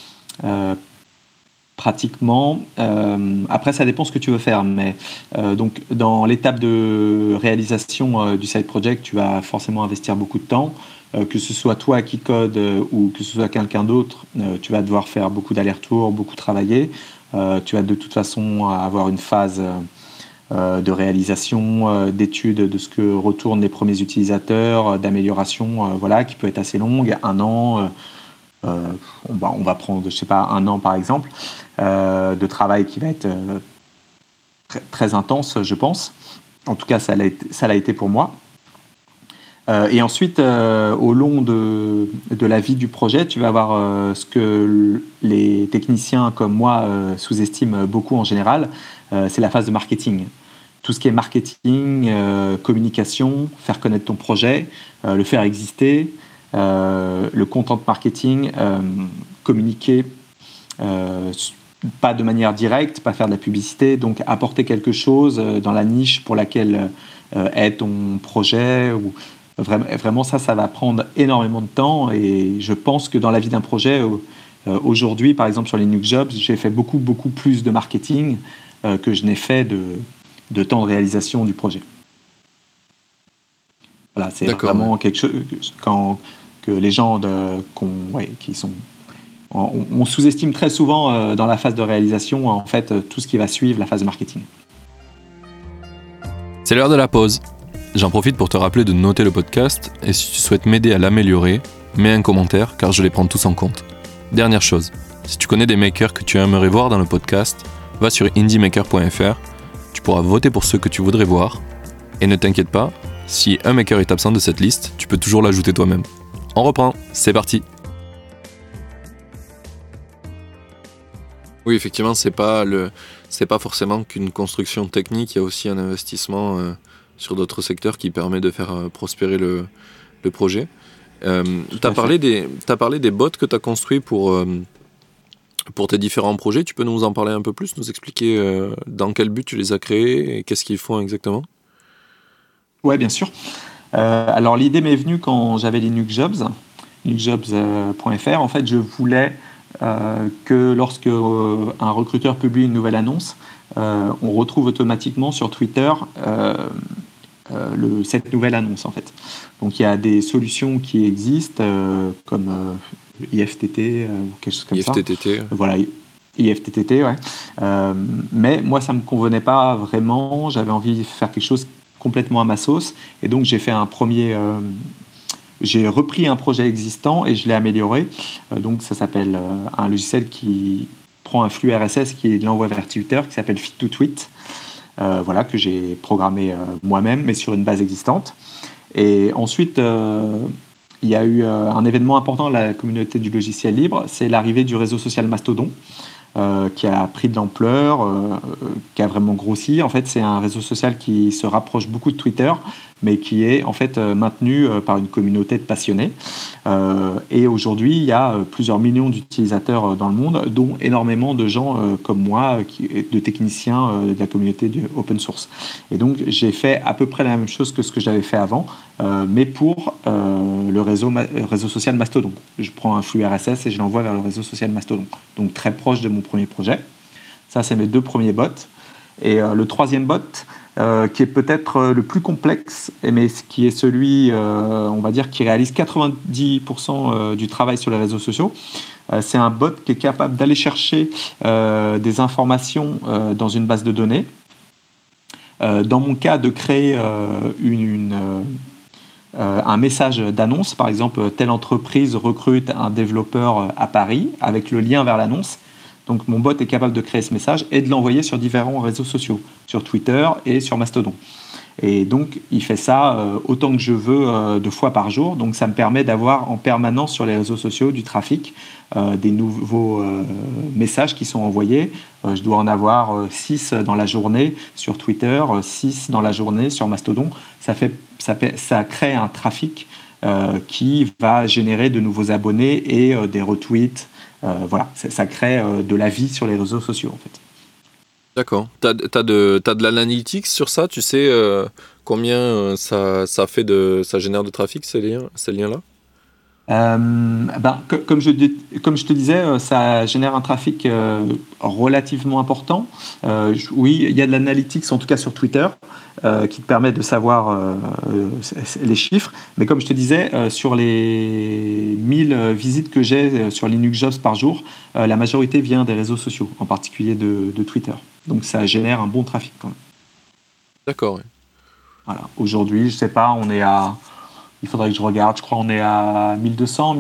Speaker 2: Pratiquement. Après, ça dépend ce que tu veux faire, mais donc dans l'étape de réalisation du side project, tu vas forcément investir beaucoup de temps. Que ce soit toi qui code ou que ce soit quelqu'un d'autre, tu vas devoir faire beaucoup d'allers-retours, beaucoup travailler. Tu vas de toute façon avoir une phase de réalisation, d'étude de ce que retournent les premiers utilisateurs, d'amélioration, voilà, qui peut être assez longue, 1 an. On va prendre, je sais pas, 1 an par exemple, de travail qui va être très, très intense, je pense. En tout cas, ça l'a été pour moi. Et ensuite, au long de la vie du projet, tu vas avoir ce que les techniciens comme moi sous-estiment beaucoup en général, c'est la phase de marketing. Tout ce qui est marketing, communication, faire connaître ton projet, le faire exister, le content marketing, communiquer pas de manière directe, pas faire de la publicité, donc apporter quelque chose dans la niche pour laquelle est ton projet. Vraiment, ça va prendre énormément de temps, et je pense que dans la vie d'un projet, aujourd'hui, par exemple sur les Linux Jobs, j'ai fait beaucoup plus de marketing que je n'ai fait de temps de réalisation du projet. Voilà, c'est vraiment quelque chose que les gens qui sont... On sous-estime très souvent dans la phase de réalisation, en fait, tout ce qui va suivre la phase de marketing.
Speaker 1: C'est l'heure de la pause. J'en profite pour te rappeler de noter le podcast, et si tu souhaites m'aider à l'améliorer, mets un commentaire car je les prends tous en compte. Dernière chose, si tu connais des makers que tu aimerais voir dans le podcast, va sur indiemaker.fr, tu pourras voter pour ceux que tu voudrais voir, et ne t'inquiète pas, si un maker est absent de cette liste, tu peux toujours l'ajouter toi-même. On reprend, c'est parti. Oui, effectivement, c'est pas forcément qu'une construction technique, il y a aussi un investissement sur d'autres secteurs qui permet de faire prospérer le projet. Tu as parlé des bots que tu as construits pour tes différents projets. Tu peux nous en parler un peu plus, nous expliquer dans quel but tu les as créés et qu'est-ce qu'ils font exactement ?
Speaker 2: Oui, bien sûr. Alors, l'idée m'est venue quand j'avais Linux Jobs, linuxjobs.fr. En fait, je voulais que lorsque un recruteur publie une nouvelle annonce, on retrouve automatiquement sur Twitter cette nouvelle annonce, en fait. Donc, il y a des solutions qui existent, comme IFTTT ou quelque chose comme ça.
Speaker 1: IFTTT.
Speaker 2: Voilà, IFTTT, ouais. Mais moi, ça ne me convenait pas vraiment. J'avais envie de faire quelque chose complètement à ma sauce. Et donc, j'ai repris un projet existant et je l'ai amélioré. Donc, ça s'appelle un logiciel qui prend un flux RSS qui l'envoie vers Twitter, qui s'appelle Fit2Tweet. Que j'ai programmé moi-même, mais sur une base existante. Et ensuite, il y a eu un événement important dans la communauté du logiciel libre, c'est l'arrivée du réseau social Mastodon, qui a pris de l'ampleur, qui a vraiment grossi. En fait, c'est un réseau social qui se rapproche beaucoup de Twitter, mais qui est en fait maintenu par une communauté de passionnés. Et aujourd'hui, il y a plusieurs millions d'utilisateurs dans le monde, dont énormément de gens comme moi, de techniciens de la communauté du open source. Et donc, j'ai fait à peu près la même chose que ce que j'avais fait avant, mais pour le réseau social Mastodon. Je prends un flux RSS et je l'envoie vers le réseau social Mastodon. Donc, très proche de mon premier projet. Ça, c'est mes 2 premiers bots. Et le troisième bot, qui est peut-être le plus complexe, mais qui est celui, on va dire, qui réalise 90% du travail sur les réseaux sociaux. C'est un bot qui est capable d'aller chercher des informations dans une base de données. Dans mon cas, de créer un message d'annonce, par exemple, telle entreprise recrute un développeur à Paris, avec le lien vers l'annonce. Donc, mon bot est capable de créer ce message et de l'envoyer sur différents réseaux sociaux, sur Twitter et sur Mastodon. Et donc, il fait ça autant que je veux, 2 fois par jour. Donc, ça me permet d'avoir en permanence sur les réseaux sociaux du trafic, des nouveaux messages qui sont envoyés. Je dois en avoir 6 dans la journée sur Twitter, 6 dans la journée sur Mastodon. Ça crée un trafic qui va générer de nouveaux abonnés et des retweets. Ça crée de la vie sur les réseaux sociaux, en fait.
Speaker 1: D'accord. T'as de l'analytics sur ça? Tu sais combien ça génère de trafic, ces liens-là?
Speaker 2: Comme je te disais, ça génère un trafic relativement important. Oui, il y a de l'analytics, en tout cas sur Twitter, qui te permet de savoir les chiffres. Mais comme je te disais, sur les 1000 visites que j'ai sur Linux Jobs par jour, la majorité vient des réseaux sociaux, en particulier de Twitter. Donc ça génère un bon trafic quand même.
Speaker 1: D'accord. Oui.
Speaker 2: Voilà. Aujourd'hui, je sais pas, on est à... Il faudrait que je regarde. Je crois qu'on est à 1200,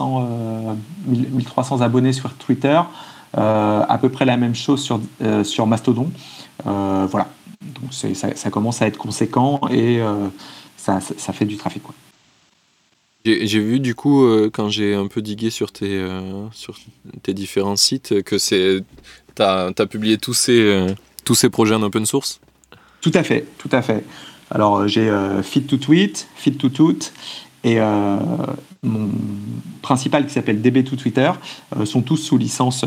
Speaker 2: 1300 abonnés sur Twitter. À peu près la même chose sur Mastodon. Voilà. Donc ça commence à être conséquent et ça fait du trafic, quoi.
Speaker 1: J'ai vu du coup, quand j'ai un peu digué sur tes différents sites, que t'as publié tous ces projets en open source.
Speaker 2: Tout à fait. Alors j'ai Fit2Tweet, Fit2Toot Et mon principal qui s'appelle DB2 Twitter sont tous sous licence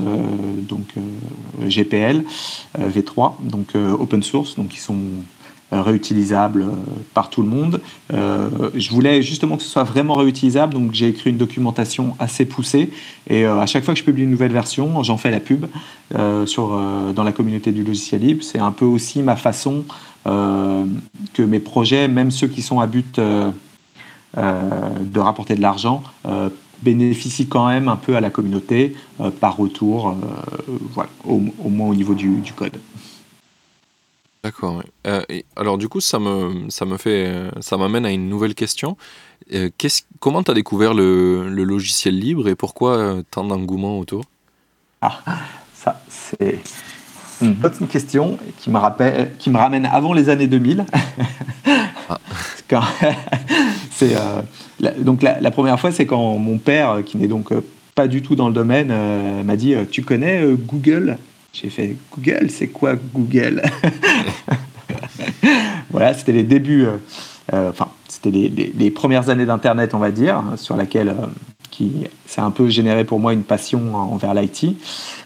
Speaker 2: GPL V3, donc open source, donc ils sont réutilisable par tout le monde. Je voulais justement que ce soit vraiment réutilisable, donc j'ai écrit une documentation assez poussée et à chaque fois que je publie une nouvelle version, j'en fais la pub dans la communauté du logiciel libre. C'est un peu aussi ma façon que mes projets, même ceux qui sont à but de rapporter de l'argent, bénéficient quand même un peu à la communauté par retour, voilà, au moins au niveau du code.
Speaker 1: D'accord. Ouais. Alors du coup, ça m'amène à une nouvelle question. Comment tu as découvert le logiciel libre et pourquoi tant d'engouement autour?
Speaker 2: Ah, ça c'est une bonne question qui me ramène avant les années 2000.
Speaker 1: Ah.
Speaker 2: Donc la première fois, c'est quand mon père, qui n'est donc pas du tout dans le domaine, m'a dit « Tu connais Google ?» J'ai fait « Google, c'est quoi Google ?» Voilà, c'était les débuts, c'était les premières années d'Internet, on va dire, sur laquelle ça a un peu généré pour moi une passion envers l'IT.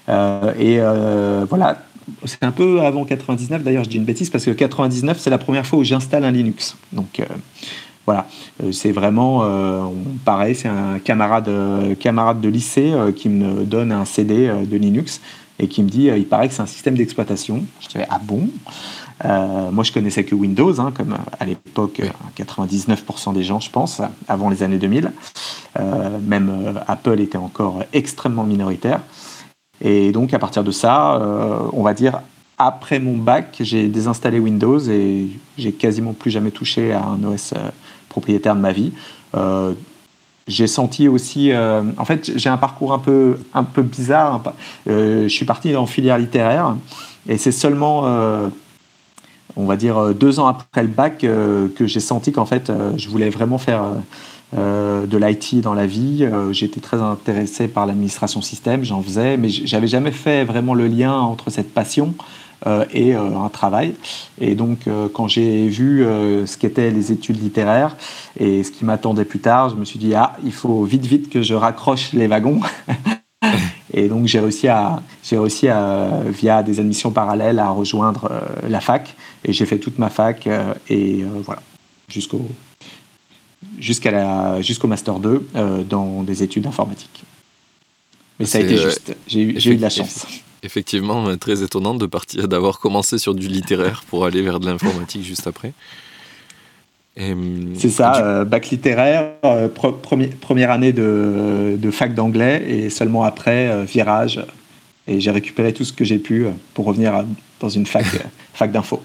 Speaker 2: Voilà, c'est un peu avant 99, d'ailleurs je dis une bêtise, parce que 99, c'est la première fois où j'installe un Linux. Donc voilà, c'est vraiment, pareil, c'est un camarade de lycée qui me donne un CD de Linux et qui me dit il paraît que c'est un système d'exploitation. Je dis ah bon? Moi je connaissais que Windows, comme à l'époque 99% des gens, je pense, avant les années 2000. Même Apple était encore extrêmement minoritaire. Et donc à partir de ça, on va dire après mon bac, j'ai désinstallé Windows et j'ai quasiment plus jamais touché à un OS propriétaire de ma vie. J'ai senti aussi, en fait, j'ai un parcours un peu bizarre. Je suis parti en filière littéraire et c'est seulement, on va dire, 2 ans après le bac que j'ai senti qu'en fait, je voulais vraiment faire de l'IT dans la vie. J'étais très intéressé par l'administration système, j'en faisais, mais j'avais jamais fait vraiment le lien entre cette passion et un travail. Et donc, quand j'ai vu ce qu'étaient les études littéraires et ce qui m'attendait plus tard, je me suis dit, il faut vite que je raccroche les wagons. Et donc, j'ai réussi à, via des admissions parallèles, à rejoindre la fac. Et j'ai fait toute ma fac voilà, jusqu'au Master 2 dans des études informatiques. Mais ça a été juste. J'ai eu de la chance.
Speaker 1: Effectivement, très étonnant d'avoir commencé sur du littéraire pour aller vers de l'informatique juste après.
Speaker 2: C'est ça, bac littéraire, première année de fac d'anglais et seulement après, virage. Et j'ai récupéré tout ce que j'ai pu pour revenir dans une fac d'info.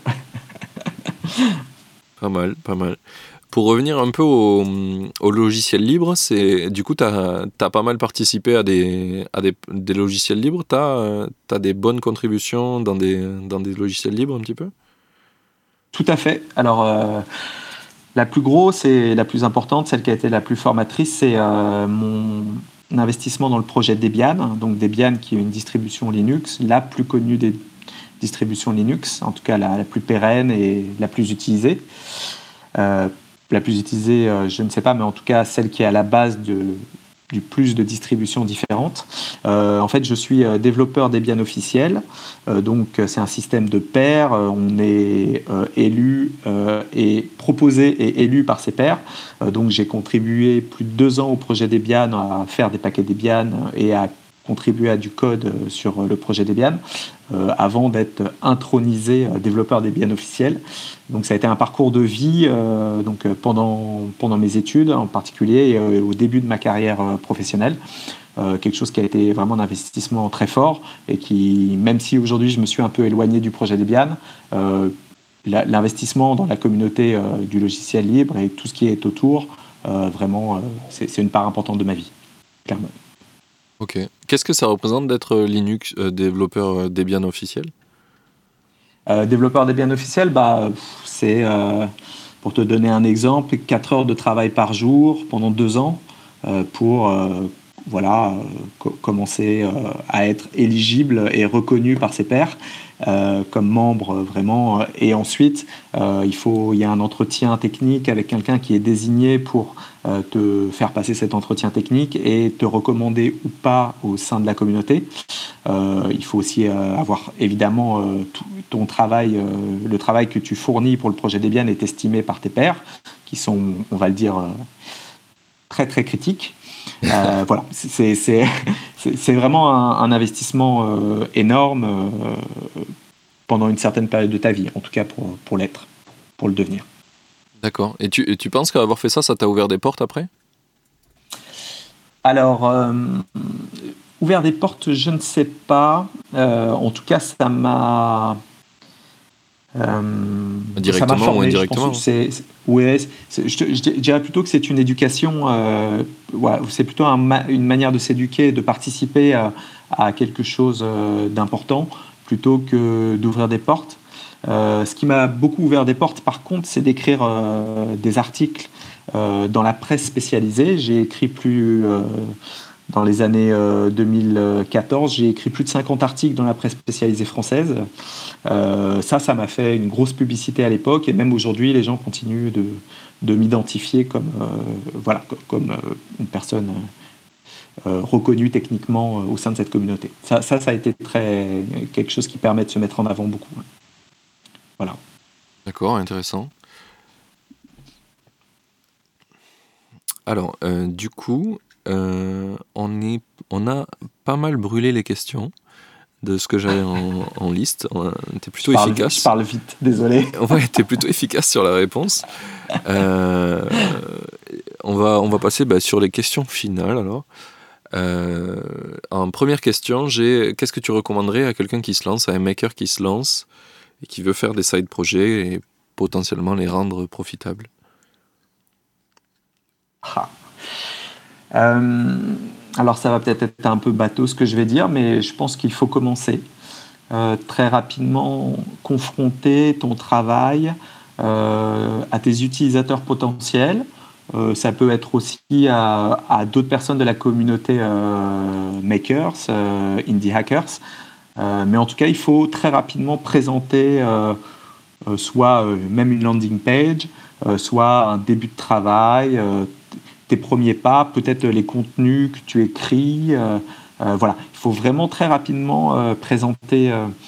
Speaker 1: Pas mal. Pour revenir un peu au logiciel libre, du coup, tu as pas mal participé à des logiciels libres. Tu as des bonnes contributions dans des logiciels libres un petit peu?
Speaker 2: Tout à fait. Alors, la plus grosse et la plus importante, celle qui a été la plus formatrice, c'est mon investissement dans le projet Debian. Donc Debian qui est une distribution Linux, la plus connue des distributions Linux, en tout cas la plus pérenne et la plus utilisée. La plus utilisée, je ne sais pas, mais en tout cas celle qui est à la base du plus de distributions différentes. En fait, je suis développeur Debian officiel, donc c'est un système de pairs. On est élu et proposé et élu par ses pairs. Donc j'ai contribué plus de 2 ans au projet Debian à faire des paquets Debian et à contribuer à du code sur le projet Debian avant d'être intronisé développeur Debian officiel. Donc ça a été un parcours de vie pendant mes études en particulier et au début de ma carrière professionnelle. Quelque chose qui a été vraiment un investissement très fort et qui, même si aujourd'hui je me suis un peu éloigné du projet Debian, l'investissement dans la communauté du logiciel libre et tout ce qui est autour, vraiment, c'est une part importante de ma vie, clairement.
Speaker 1: Ok. Qu'est-ce que ça représente d'être Linux développeur Debian officiel?
Speaker 2: Développeur Debian officiel, c'est, pour te donner un exemple, 4 heures de travail par jour pendant 2 ans pour commencer à être éligible et reconnu par ses pairs comme membre vraiment. Et ensuite, il y a un entretien technique avec quelqu'un qui est désigné pour te faire passer cet entretien technique et te recommander ou pas au sein de la communauté. Il faut aussi avoir évidemment ton travail, le travail que tu fournis pour le projet Debian est estimé par tes pairs, qui sont, on va le dire, très très critiques. Voilà, c'est vraiment un investissement énorme pendant une certaine période de ta vie, en tout cas pour l'être, pour le devenir.
Speaker 1: D'accord. Et tu penses qu'avoir fait ça t'a ouvert des portes après ?
Speaker 2: Alors, ouvert des portes, je ne sais pas. En tout cas, ça m'a...
Speaker 1: Directement ou indirectement.
Speaker 2: Je dirais plutôt que c'est une éducation, c'est plutôt une manière de s'éduquer et de participer à quelque chose d'important plutôt que d'ouvrir des portes. Ce qui m'a beaucoup ouvert des portes, par contre, c'est d'écrire des articles dans la presse spécialisée. J'ai écrit dans les années 2014, j'ai écrit plus de 50 articles dans la presse spécialisée française. Ça m'a fait une grosse publicité à l'époque, et même aujourd'hui, les gens continuent de m'identifier comme une personne reconnue techniquement au sein de cette communauté. Ça a été quelque chose qui permet de se mettre en avant beaucoup. Voilà.
Speaker 1: D'accord, intéressant. Alors, du coup, on a pas mal brûlé les questions de ce que j'avais en liste. T'es plutôt efficace.
Speaker 2: Je parle vite, désolé.
Speaker 1: Ouais, t'es plutôt efficace sur la réponse. On va passer sur les questions finales alors. En première question, qu'est-ce que tu recommanderais à quelqu'un qui se lance, à un maker qui se lance et qui veut faire des side projets et potentiellement les rendre profitables ?
Speaker 2: Alors ça va peut-être être un peu bateau ce que je vais dire, mais je pense qu'il faut commencer très rapidement, confronter ton travail à tes utilisateurs potentiels. Ça peut être aussi à d'autres personnes de la communauté makers, indie hackers. Mais en tout cas, il faut très rapidement présenter soit même une landing page, soit un début de travail, tes premiers pas, peut-être les contenus que tu écris. Voilà, il faut vraiment très rapidement présenter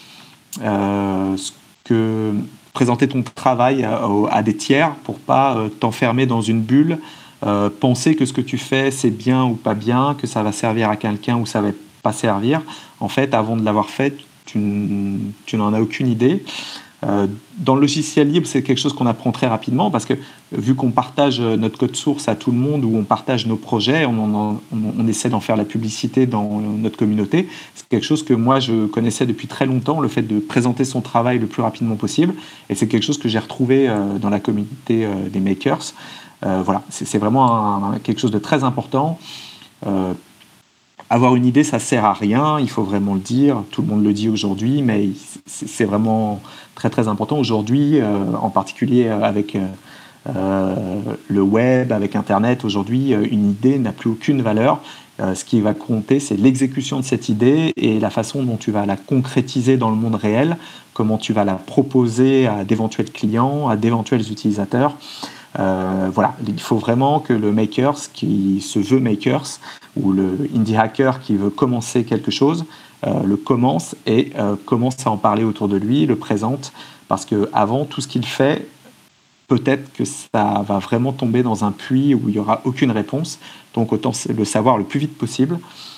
Speaker 2: ton travail à des tiers pour pas t'enfermer dans une bulle, penser que ce que tu fais c'est bien ou pas bien, que ça va servir à quelqu'un ou ça va pas servir. En fait, avant de l'avoir fait, tu n'en as aucune idée. Dans le logiciel libre, c'est quelque chose qu'on apprend très rapidement parce que vu qu'on partage notre code source à tout le monde ou on partage nos projets, on essaie d'en faire la publicité dans notre communauté. C'est quelque chose que moi, je connaissais depuis très longtemps, le fait de présenter son travail le plus rapidement possible. Et c'est quelque chose que j'ai retrouvé dans la communauté des makers. Voilà, c'est vraiment quelque chose de très important. Avoir une idée, ça sert à rien, il faut vraiment le dire. Tout le monde le dit aujourd'hui, mais c'est vraiment très très important aujourd'hui, en particulier avec le web, avec Internet. Aujourd'hui, une idée n'a plus aucune valeur. Ce qui va compter, c'est l'exécution de cette idée et la façon dont tu vas la concrétiser dans le monde réel, comment tu vas la proposer à d'éventuels clients, à d'éventuels utilisateurs. Voilà, il faut vraiment que le makers qui se veut makers ou le indie hacker qui veut commencer quelque chose le commence et commence à en parler autour de lui, le présente, parce qu'avant, tout ce qu'il fait, peut-être que ça va vraiment tomber dans un puits où il n'y aura aucune réponse. Donc autant le savoir le plus vite possible.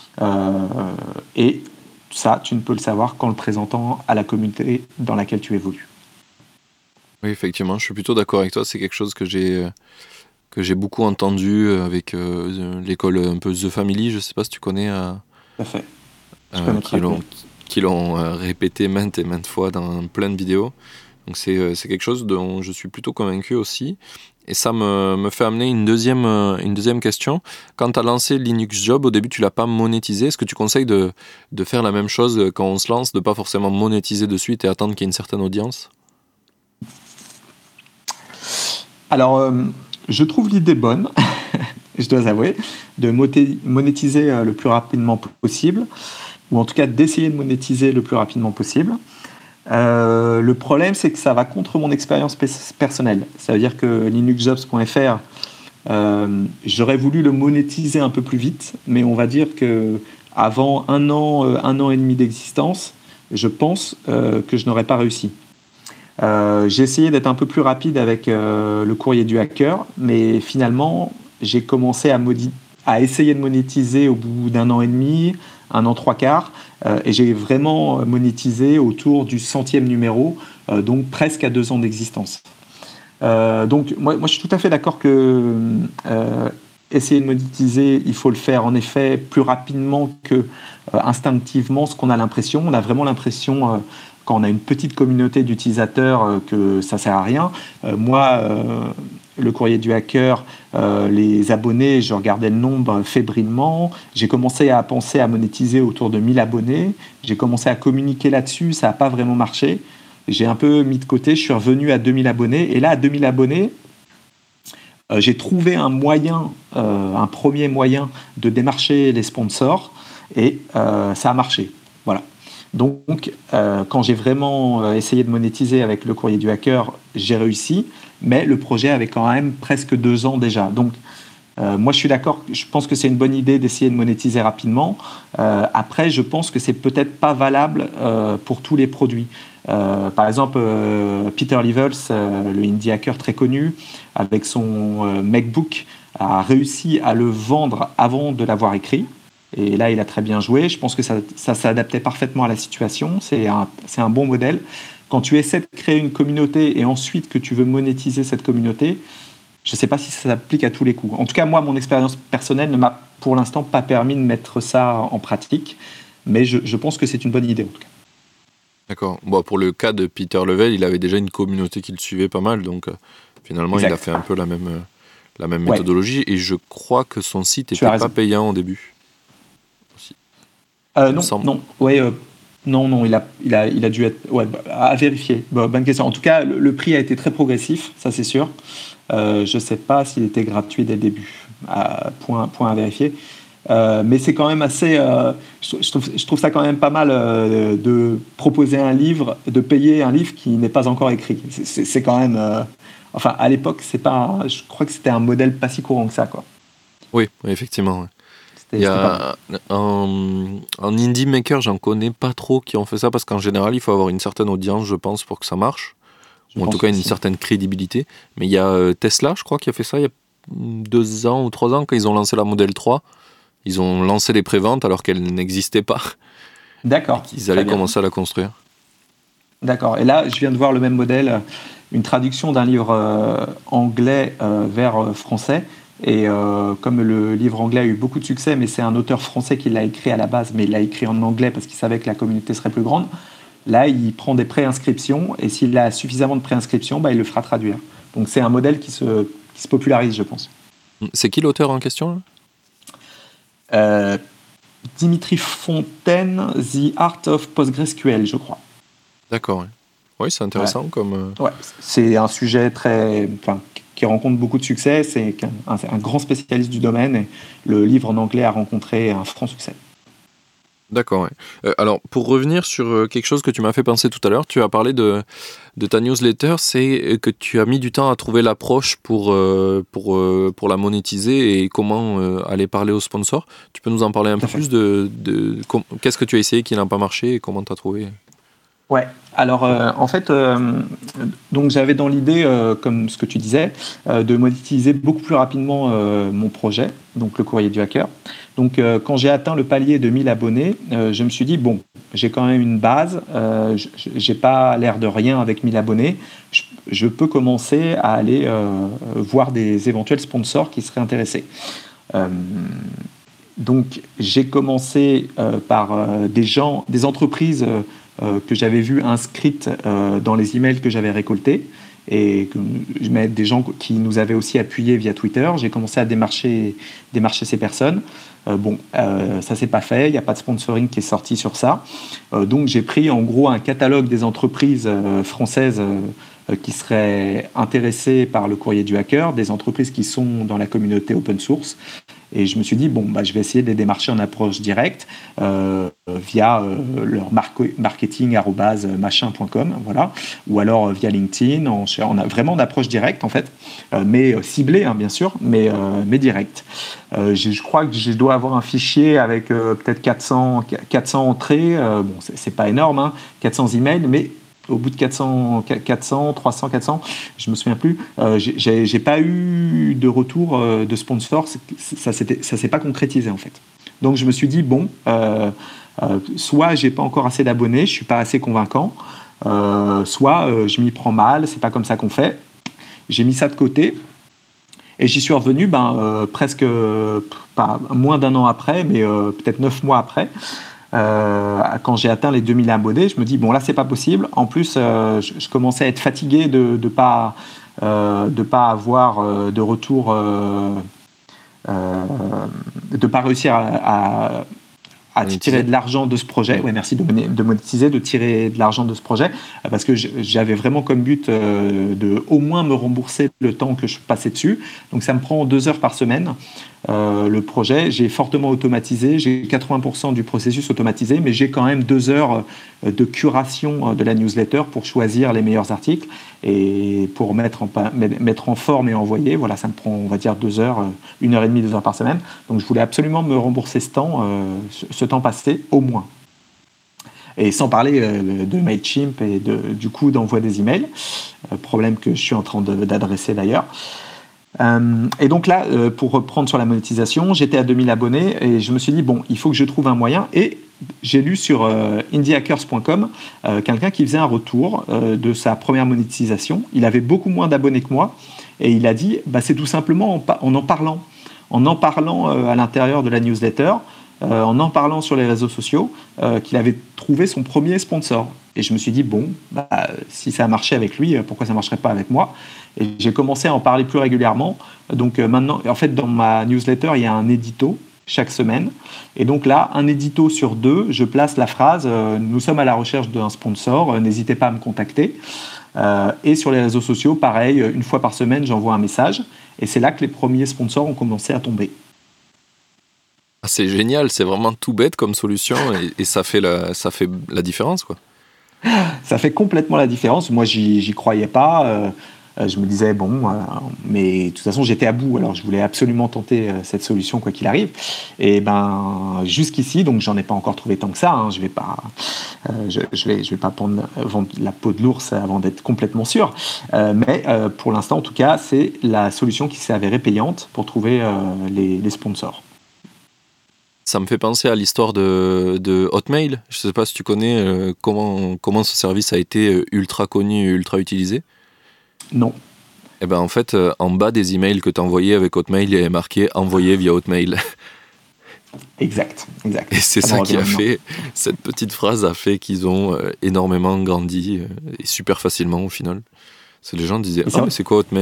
Speaker 2: Et ça, tu ne peux le savoir qu'en le présentant à la communauté dans laquelle tu évolues.
Speaker 1: Oui, effectivement, je suis plutôt d'accord avec toi. C'est quelque chose que j'ai beaucoup entendu avec l'école un peu The Family. Je ne sais pas si tu connais.
Speaker 2: Tout à fait.
Speaker 1: Qui l'ont répété maintes et maintes fois dans plein de vidéos. Donc c'est quelque chose dont je suis plutôt convaincu aussi. Et ça me fait amener une deuxième question. Quand tu as lancé Linux Job, au début tu l'as pas monétisé. Est-ce que tu conseilles de faire la même chose quand on se lance, de pas forcément monétiser de suite et attendre qu'il y ait une certaine audience ?
Speaker 2: Alors, je trouve l'idée bonne. je dois avouer, de monétiser le plus rapidement possible, ou en tout cas d'essayer de monétiser le plus rapidement possible. Le problème, c'est que ça va contre mon expérience personnelle. Ça veut dire que linuxjobs.fr, j'aurais voulu le monétiser un peu plus vite, mais on va dire qu'avant un an et demi d'existence, je pense que je n'aurais pas réussi. J'ai essayé d'être un peu plus rapide avec le courrier du hacker, mais finalement, j'ai commencé à essayer de monétiser au bout d'un an et demi, un an trois quarts, et j'ai vraiment monétisé autour du 100e numéro, donc presque à 2 ans d'existence. Donc moi, je suis tout à fait d'accord que essayer de monétiser, il faut le faire en effet plus rapidement que instinctivement, ce qu'on a l'impression. On a vraiment l'impression, quand on a une petite communauté d'utilisateurs, que ça sert à rien. Le courrier du hacker, les abonnés, je regardais le nombre fébrilement. J'ai commencé à penser à monétiser autour de 1000 abonnés. J'ai commencé à communiquer là-dessus, ça n'a pas vraiment marché. J'ai un peu mis de côté, je suis revenu à 2000 abonnés. Et là, à 2000 abonnés, j'ai trouvé un premier moyen de démarcher les sponsors et ça a marché. Voilà. Donc, quand j'ai vraiment essayé de monétiser avec le courrier du hacker, j'ai réussi, mais le projet avait quand même presque 2 ans déjà. Donc, moi, je suis d'accord, je pense que c'est une bonne idée d'essayer de monétiser rapidement. Après, je pense que c'est peut-être pas valable pour tous les produits. Par exemple, Peter Levels, le indie hacker très connu, avec son MacBook, a réussi à le vendre avant de l'avoir écrit. Et là, il a très bien joué. Je pense que ça s'adaptait parfaitement à la situation. C'est un bon modèle. Quand tu essaies de créer une communauté et ensuite que tu veux monétiser cette communauté, je ne sais pas si ça s'applique à tous les coups. En tout cas, moi, mon expérience personnelle ne m'a pour l'instant pas permis de mettre ça en pratique. Mais je pense que c'est une bonne idée, en tout cas.
Speaker 1: D'accord. Bon, pour le cas de Peter Level, il avait déjà une communauté qui le suivait pas mal. Donc, finalement, exact. Il a fait un peu la même méthodologie. Et je crois que son site n'était pas payant au début.
Speaker 2: Non, il a dû être à vérifier. Bonne question. En tout cas, le prix a été très progressif, ça c'est sûr. Je ne sais pas s'il était gratuit dès le début. Point à vérifier. Mais c'est quand même assez. Je trouve ça quand même pas mal de proposer un livre, de payer un livre qui n'est pas encore écrit. C'est quand même. Enfin, à l'époque, je crois que c'était un modèle pas si courant que ça, quoi.
Speaker 1: Oui, effectivement. Ouais. Il y a un indie maker, j'en connais pas trop qui ont fait ça parce qu'en général, il faut avoir une certaine audience, je pense, pour que ça marche. Ou en tout cas, une certaine crédibilité. Mais il y a Tesla, je crois, qui a fait ça il y a 2 ans ou 3 ans, quand ils ont lancé la Model 3. Ils ont lancé les préventes alors qu'elle n'existait pas.
Speaker 2: D'accord.
Speaker 1: Ils allaient commencer à la construire.
Speaker 2: D'accord. Et là, je viens de voir le même modèle, une traduction d'un livre anglais vers français. Et comme le livre anglais a eu beaucoup de succès, mais c'est un auteur français qui l'a écrit à la base, mais il l'a écrit en anglais parce qu'il savait que la communauté serait plus grande, là, il prend des préinscriptions, et s'il a suffisamment de préinscriptions, il le fera traduire. Donc c'est un modèle qui se popularise, je pense.
Speaker 1: C'est qui l'auteur en question
Speaker 2: Dimitri Fontaine, The Art of PostgreSQL, je crois.
Speaker 1: D'accord. Oui, c'est intéressant comme...
Speaker 2: Ouais, c'est un sujet qui rencontre beaucoup de succès. C'est un grand spécialiste du domaine et le livre en anglais a rencontré un franc succès.
Speaker 1: D'accord. Ouais. Alors, pour revenir sur quelque chose que tu m'as fait penser tout à l'heure, tu as parlé de ta newsletter, c'est que tu as mis du temps à trouver l'approche pour la monétiser et comment aller parler aux sponsors. Tu peux nous en parler un peu plus qu'est-ce que tu as essayé qui n'a pas marché et comment tu as trouvé ?
Speaker 2: Ouais, alors en fait, donc j'avais dans l'idée, comme ce que tu disais, de monétiser beaucoup plus rapidement mon projet, donc le courrier du hacker. Donc quand j'ai atteint le palier de 1000 abonnés, je me suis dit, bon, j'ai quand même une base, j'ai pas l'air de rien avec 1000 abonnés, je peux commencer à aller voir des éventuels sponsors qui seraient intéressés. Donc j'ai commencdes par des entreprises que j'avais vues inscrites dans les emails que j'avais récoltés et des gens qui nous avaient aussi appuyés via Twitter. J'ai commencé à démarcher ces personnes. Ça s'est pas fait, il n'y a pas de sponsoring qui est sorti sur ça. Donc j'ai pris en gros un catalogue des entreprises françaises qui seraient intéressées par le courrier du hacker, des entreprises qui sont dans la communauté open source. Et je me suis dit, je vais essayer de les démarcher en approche directe via leur marketing@machin.com, voilà, ou alors via LinkedIn, vraiment en approche directe en fait, mais ciblée hein, bien sûr, mais directe. Je crois que je dois avoir un fichier avec peut-être 400 entrées, c'est pas énorme, hein, 400 emails, mais au bout de 300, 400, je me souviens plus, j'ai pas eu de retour de sponsor, ça s'est pas concrétisé en fait. Donc je me suis dit soit j'ai pas encore assez d'abonnés, je suis pas assez convaincant, soit je m'y prends mal, c'est pas comme ça qu'on fait. J'ai mis ça de côté et j'y suis revenu presque pas moins d'un an après, mais peut-être 9 mois après. Quand j'ai atteint les 2000 abonnés, je me dis là c'est pas possible. En plus, je commençais à être fatigué de pas avoir de retour, de pas réussir à tirer de l'argent de ce projet. Ouais, merci de monétiser, de tirer de l'argent de ce projet, parce que j'avais vraiment comme but de au moins me rembourser le temps que je passais dessus. Donc ça me prend 2 heures par semaine. Le projet, j'ai fortement automatisé, j'ai 80% du processus automatisé, mais j'ai quand même 2 heures de curation de la newsletter pour choisir les meilleurs articles et pour mettre en forme et envoyer. Voilà, ça me prend, on va dire, 2 heures, 1h30, 2 heures par semaine. Donc je voulais absolument me rembourser ce temps passé au moins. Et sans parler de MailChimp et du coût d'envoi des emails, problème que je suis en train d'adresser d'ailleurs. Et donc là, pour reprendre sur la monétisation, j'étais à 2000 abonnés et je me suis dit, il faut que je trouve un moyen. Et j'ai lu sur indiehackers.com quelqu'un qui faisait un retour de sa première monétisation. Il avait beaucoup moins d'abonnés que moi et il a dit, c'est tout simplement en parlant à l'intérieur de la newsletter, en parlant sur les réseaux sociaux, qu'il avait trouvé son premier sponsor. Et je me suis dit, si ça a marché avec lui, pourquoi ça ne marcherait pas avec moi ? Et j'ai commencé à en parler plus régulièrement. Donc maintenant, en fait, dans ma newsletter, il y a un édito chaque semaine. Et donc là, un édito sur 2, je place la phrase « Nous sommes à la recherche d'un sponsor, n'hésitez pas à me contacter ». Et sur les réseaux sociaux, pareil, 1 fois par semaine, j'envoie un message. Et c'est là que les premiers sponsors ont commencé à tomber.
Speaker 1: Ah, c'est génial, c'est vraiment tout bête comme solution et ça fait la différence, quoi.
Speaker 2: Ça fait complètement la différence. Moi, j'y croyais pas. Je me disais, mais de toute façon, j'étais à bout. Alors, je voulais absolument tenter cette solution, quoi qu'il arrive. Et jusqu'ici, donc, j'en ai pas encore trouvé tant que ça. Hein. Je vais pas vendre la peau de l'ours avant d'être complètement sûr. Mais pour l'instant, en tout cas, c'est la solution qui s'est avérée payante pour trouver les sponsors.
Speaker 1: Ça me fait penser à l'histoire de Hotmail. Je ne sais pas si tu connais comment ce service a été ultra connu et ultra utilisé.
Speaker 2: Non.
Speaker 1: Eh ben en fait, en bas des emails que tu envoyais avec Hotmail, il y avait marqué « Envoyé via Hotmail ».
Speaker 2: Exact.
Speaker 1: Et c'est ça qui a fait, cette petite phrase a fait qu'ils ont énormément grandi et super facilement au final. C'est les gens disaient « Ah, mais c'est quoi Hotmail ?»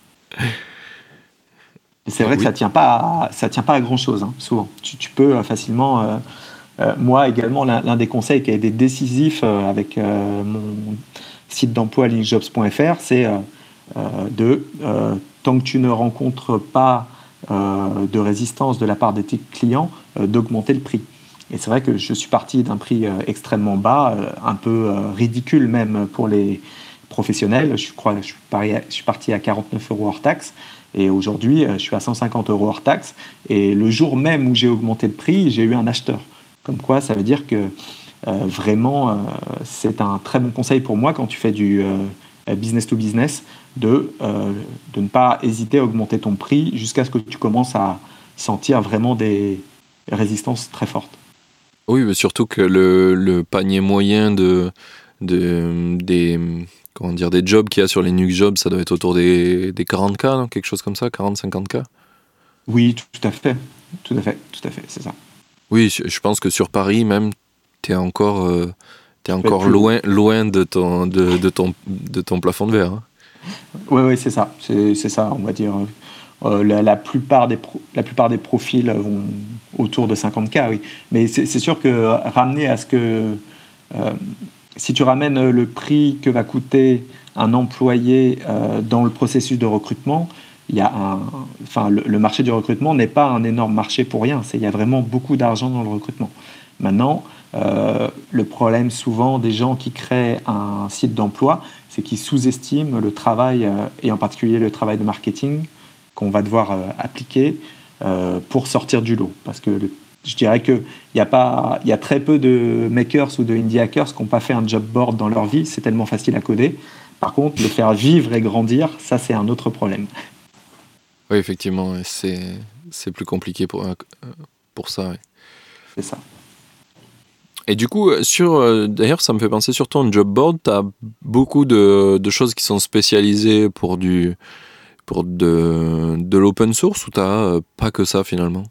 Speaker 2: C'est vrai que ça tient pas à grand chose, hein, souvent. Tu peux facilement. Moi également, l'un des conseils qui a été décisif avec mon site d'emploi linkjobs.fr, c'est tant que tu ne rencontres pas de résistance de la part de tes clients, d'augmenter le prix. Et c'est vrai que je suis parti d'un prix extrêmement bas, un peu ridicule même pour les professionnels. Je suis parti à 49 € hors taxe. Et aujourd'hui, je suis à 150 € hors taxe. Et le jour même où j'ai augmenté le prix, j'ai eu un acheteur. Comme quoi, ça veut dire que vraiment, c'est un très bon conseil pour moi quand tu fais du business to business de ne pas hésiter à augmenter ton prix jusqu'à ce que tu commences à sentir vraiment des résistances très fortes.
Speaker 1: Oui, mais surtout que le panier moyen des jobs qu'il y a sur les Nuke Jobs, ça doit être autour des 40K, non, quelque chose comme ça, 40-50K.
Speaker 2: Oui, tout à fait, c'est ça.
Speaker 1: Oui, je pense que sur Paris même, t'es encore loin de ton plafond de verre. Hein.
Speaker 2: Oui, c'est ça, on va dire. la plupart des profils vont autour de 50K, oui. Mais c'est sûr que ramener à ce que... si tu ramènes le prix que va coûter un employé dans le processus de recrutement, le marché du recrutement n'est pas un énorme marché pour rien. Il y a vraiment beaucoup d'argent dans le recrutement. Maintenant, le problème souvent des gens qui créent un site d'emploi, c'est qu'ils sous-estiment le travail, et en particulier le travail de marketing, qu'on va devoir appliquer pour sortir du lot. Parce que je dirais qu'il y a très peu de makers ou de indie hackers qui n'ont pas fait un job board dans leur vie. C'est tellement facile à coder. Par contre, le faire vivre et grandir, ça, c'est un autre problème.
Speaker 1: Oui, effectivement, c'est plus compliqué pour ça. Ouais.
Speaker 2: C'est ça.
Speaker 1: Et du coup, d'ailleurs, ça me fait penser sur ton job board, tu as beaucoup de choses qui sont spécialisées pour de l'open source, ou tu n'as pas que ça finalement?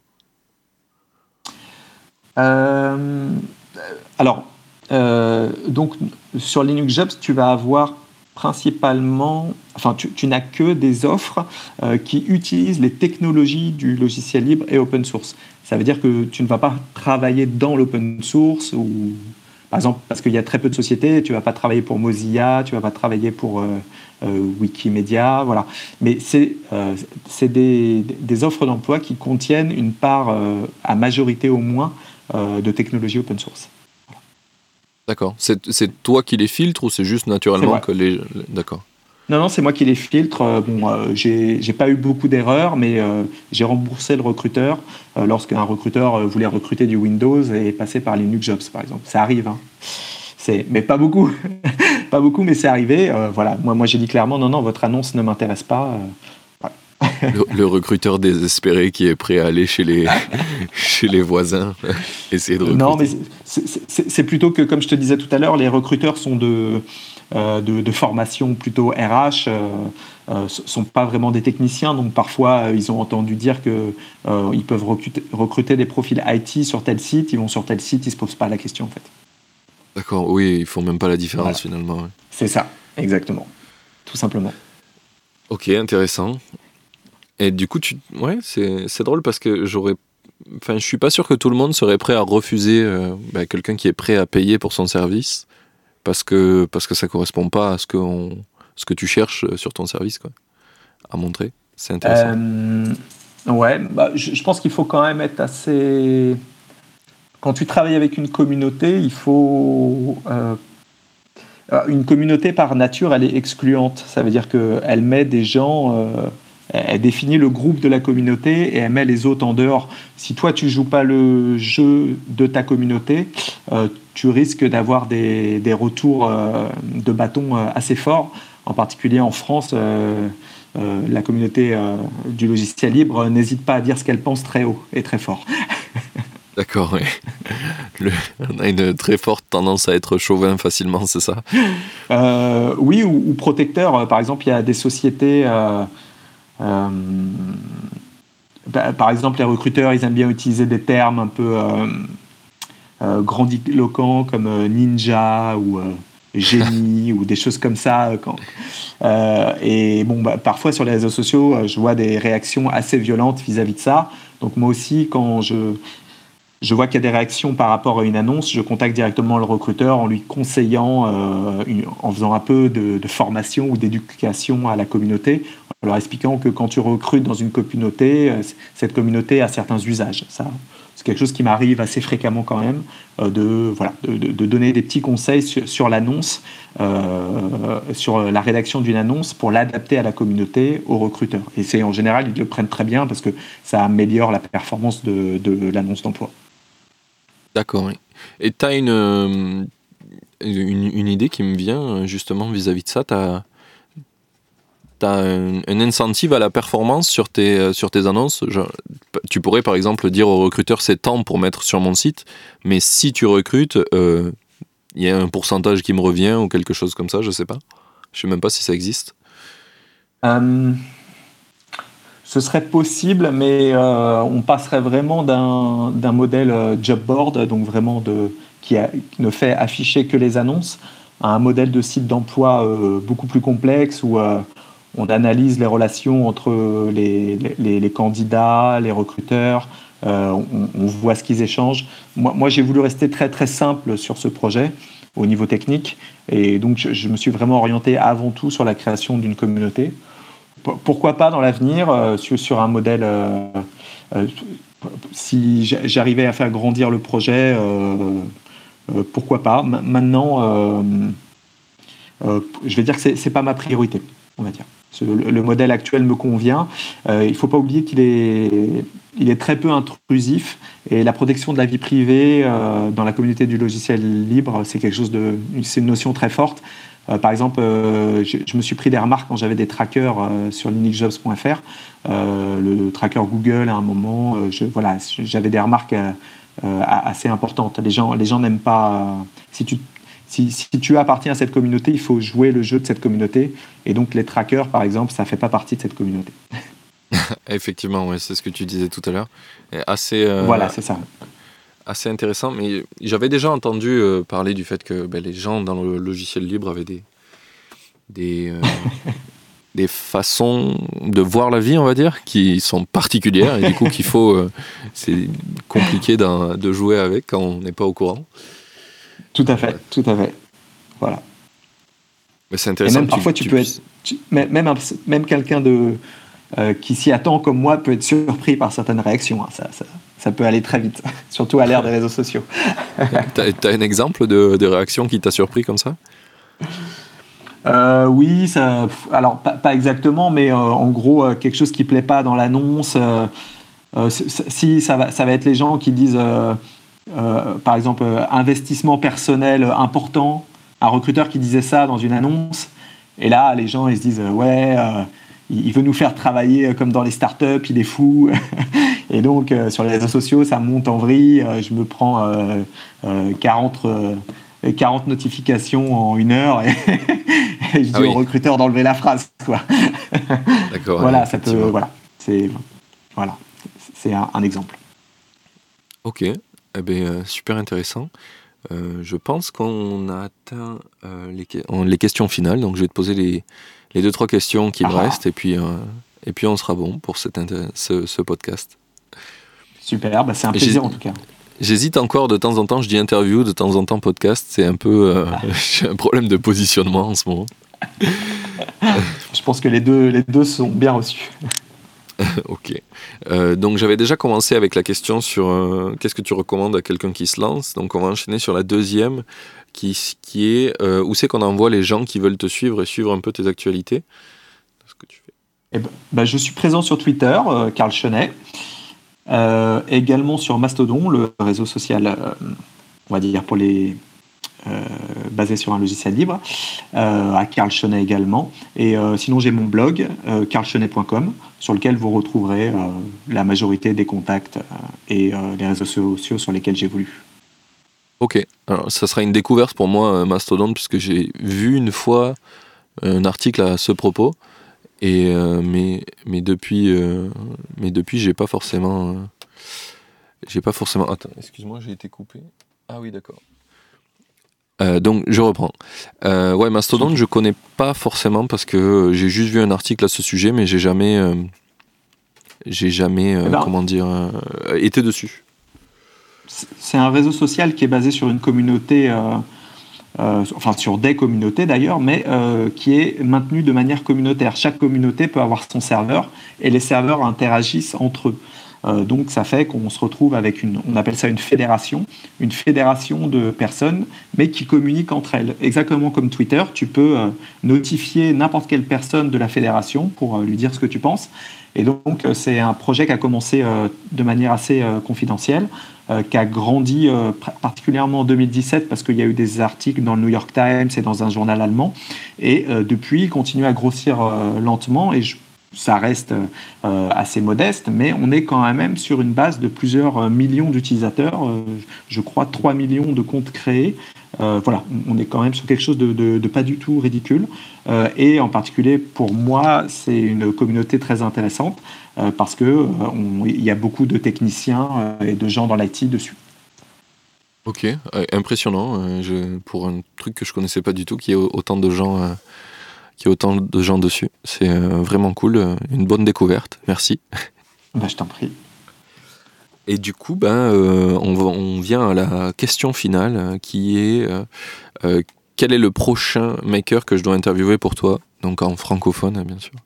Speaker 2: Donc, sur Linux Jobs, tu vas avoir principalement, tu n'as que des offres qui utilisent les technologies du logiciel libre et open source. Ça veut dire que tu ne vas pas travailler dans l'open source, ou par exemple, parce qu'il y a très peu de sociétés, tu ne vas pas travailler pour Mozilla, tu ne vas pas travailler pour Wikimedia, voilà. Mais c'est des offres d'emploi qui contiennent une part, à majorité au moins, de technologie open source.
Speaker 1: D'accord. C'est toi qui les filtres, ou c'est juste naturellement que les... D'accord.
Speaker 2: Non, c'est moi qui les filtre. J'ai pas eu beaucoup d'erreurs, mais j'ai remboursé le recruteur lorsqu'un recruteur voulait recruter du Windows et passer par Linux Jobs, par exemple. Ça arrive, hein. Mais pas beaucoup. Pas beaucoup, mais c'est arrivé. Voilà. Moi, j'ai dit clairement, non, votre annonce ne m'intéresse pas.
Speaker 1: Le recruteur désespéré qui est prêt à aller chez les voisins, essayer de recruter.
Speaker 2: Non, mais c'est plutôt que, comme je te disais tout à l'heure, les recruteurs sont de formation plutôt RH, sont pas vraiment des techniciens, donc parfois ils ont entendu dire que ils peuvent recruter des profils IT sur tel site, ils vont sur tel site, ils se posent pas la question en fait.
Speaker 1: D'accord, oui, ils font même pas la différence finalement. Ouais.
Speaker 2: C'est ça, exactement, tout simplement.
Speaker 1: Ok, intéressant. Et du coup, c'est drôle parce que je suis pas sûr que tout le monde serait prêt à refuser quelqu'un qui est prêt à payer pour son service, parce que ça correspond pas à ce que tu cherches sur ton service, quoi, à montrer. C'est intéressant.
Speaker 2: Je pense qu'il faut quand même être assez... Quand tu travailles avec une communauté, il faut... Une communauté, par nature, elle est excluante. Ça veut dire qu'elle met des gens... Elle définit le groupe de la communauté et elle met les autres en dehors. Si toi, tu joues pas le jeu de ta communauté, tu risques d'avoir des retours de bâton assez forts. En particulier en France, la communauté du logiciel libre n'hésite pas à dire ce qu'elle pense très haut et très fort.
Speaker 1: D'accord, oui. On a une très forte tendance à être chauvin facilement, c'est ça?
Speaker 2: Oui, ou protecteur. Par exemple, il y a des sociétés... par exemple, les recruteurs, ils aiment bien utiliser des termes un peu grandiloquents comme ninja ou génie ou des choses comme ça. Parfois sur les réseaux sociaux, je vois des réactions assez violentes vis-à-vis de ça. Donc moi aussi, quand je vois qu'il y a des réactions par rapport à une annonce, je contacte directement le recruteur en lui conseillant, en faisant un peu de formation ou d'éducation à la communauté, en leur expliquant que quand tu recrutes dans une communauté, cette communauté a certains usages. Ça, c'est quelque chose qui m'arrive assez fréquemment quand même, de donner des petits conseils sur l'annonce, sur la rédaction d'une annonce pour l'adapter à la communauté, aux recruteurs. Et en général, ils le prennent très bien parce que ça améliore la performance de l'annonce d'emploi.
Speaker 1: D'accord, oui. Et tu as une idée qui me vient justement vis-à-vis de ça. Tu as un incentive à la performance sur tes annonces. Tu pourrais par exemple dire au recruteur c'est tant pour mettre sur mon site, mais si tu recrutes, il y a un pourcentage qui me revient ou quelque chose comme ça, je sais pas. Je sais même pas si ça existe.
Speaker 2: Ce serait possible, mais on passerait vraiment d'un modèle job board, donc vraiment qui ne fait afficher que les annonces, à un modèle de site d'emploi beaucoup plus complexe où on analyse les relations entre les candidats, les recruteurs, on voit ce qu'ils échangent. Moi, j'ai voulu rester très très simple sur ce projet au niveau technique, et donc je me suis vraiment orienté avant tout sur la création d'une communauté. Pourquoi pas dans l'avenir, sur un modèle, si j'arrivais à faire grandir le projet, pourquoi pas. Maintenant, je vais dire que c'est pas ma priorité, on va dire. Le modèle actuel me convient. Il ne faut pas oublier qu'il est très peu intrusif, et la protection de la vie privée dans la communauté du logiciel libre, c'est une notion très forte. Par exemple, je me suis pris des remarques quand j'avais des trackers sur linuxjobs.fr. Le tracker Google, à un moment, j'avais des remarques assez importantes. Les gens n'aiment pas. Si tu appartiens à cette communauté, il faut jouer le jeu de cette communauté. Et donc, les trackers, par exemple, ça ne fait pas partie de cette communauté.
Speaker 1: Effectivement, ouais, c'est ce que tu disais tout à l'heure.
Speaker 2: Voilà, c'est ça.
Speaker 1: Assez intéressant, mais j'avais déjà entendu parler du fait que les gens dans le logiciel libre avaient des façons de voir la vie, on va dire, qui sont particulières, et du coup c'est compliqué de jouer avec quand on n'est pas au courant.
Speaker 2: Tout à fait. Voilà.
Speaker 1: Mais c'est intéressant.
Speaker 2: Et même parfois, tu peux être... Même quelqu'un qui s'y attend comme moi peut être surpris par certaines réactions. Hein. Ça peut aller très vite, surtout à l'ère des réseaux sociaux.
Speaker 1: T'as un exemple de réaction qui t'a surpris comme ça ?
Speaker 2: Oui, alors pas exactement, mais en gros, quelque chose qui ne plaît pas dans l'annonce. Si ça va être les gens qui disent, par exemple, investissement personnel important, un recruteur qui disait ça dans une annonce, et là, les gens ils se disent, il veut nous faire travailler comme dans les startups, il est fou. Et donc, sur les réseaux sociaux, ça monte en vrille. Je me prends 40 notifications en une heure et je dis au recruteur d'enlever la phrase, quoi.
Speaker 1: D'accord.
Speaker 2: Voilà, ça peut. Voilà, c'est un exemple.
Speaker 1: Ok. Super intéressant. Je pense qu'on a atteint les questions finales. Donc, je vais te poser les 2-3 questions qui me restent, et puis on sera bon pour ce podcast.
Speaker 2: Super, c'est un plaisir en tout cas.
Speaker 1: J'hésite encore de temps en temps, je dis interview, de temps en temps podcast, c'est un peu... j'ai un problème de positionnement en ce moment.
Speaker 2: Je pense que les deux sont bien reçus.
Speaker 1: Ok. Donc j'avais déjà commencé avec la question sur qu'est-ce que tu recommandes à quelqu'un qui se lance. Donc on va enchaîner sur la deuxième, qui est où c'est qu'on envoie les gens qui veulent te suivre et suivre un peu tes actualités. Ce que tu fais.
Speaker 2: Je suis présent sur Twitter, Carl Chenet. Également sur Mastodon, le réseau social, on va dire, pour les basé sur un logiciel libre, à Carl Chenet également. Et sinon, j'ai mon blog, carlchenet.com, sur lequel vous retrouverez la majorité des contacts et les réseaux sociaux sur lesquels j'évolue.
Speaker 1: Ok, alors ça sera une découverte pour moi, Mastodon, puisque j'ai vu une fois un article à ce propos, et mais depuis j'ai pas forcément attends, excuse-moi, j'ai été coupé. Ah oui, d'accord. Donc je reprends. Mastodon, je connais pas forcément parce que j'ai juste vu un article à ce sujet, mais j'ai jamais été dessus.
Speaker 2: C'est un réseau social qui est basé sur une communauté, sur des communautés d'ailleurs, mais qui est maintenu de manière communautaire. Chaque communauté peut avoir son serveur et les serveurs interagissent entre eux. Donc ça fait qu'on se retrouve avec on appelle ça une fédération de personnes, mais qui communiquent entre elles. Exactement comme Twitter, tu peux notifier n'importe quelle personne de la fédération pour lui dire ce que tu penses. Et donc c'est un projet qui a commencé de manière assez confidentielle, qui a grandi particulièrement en 2017 parce qu'il y a eu des articles dans le New York Times et dans un journal allemand. Et depuis, il continue à grossir lentement et ça reste assez modeste, mais on est quand même sur une base de plusieurs millions d'utilisateurs, je crois 3 millions de comptes créés. On est quand même sur quelque chose de pas du tout ridicule. Et en particulier, pour moi, c'est une communauté très intéressante parce qu'il y a beaucoup de techniciens et de gens dans l'IT dessus.
Speaker 1: Ok, impressionnant. Pour un truc que je connaissais pas du tout, qu'il y ait autant de gens qu'il y ait autant de gens dessus. C'est vraiment cool, une bonne découverte. Merci.
Speaker 2: Je t'en prie.
Speaker 1: Et du coup, on vient à la question finale qui est quel est le prochain maker que je dois interviewer pour toi? Donc en francophone, bien sûr.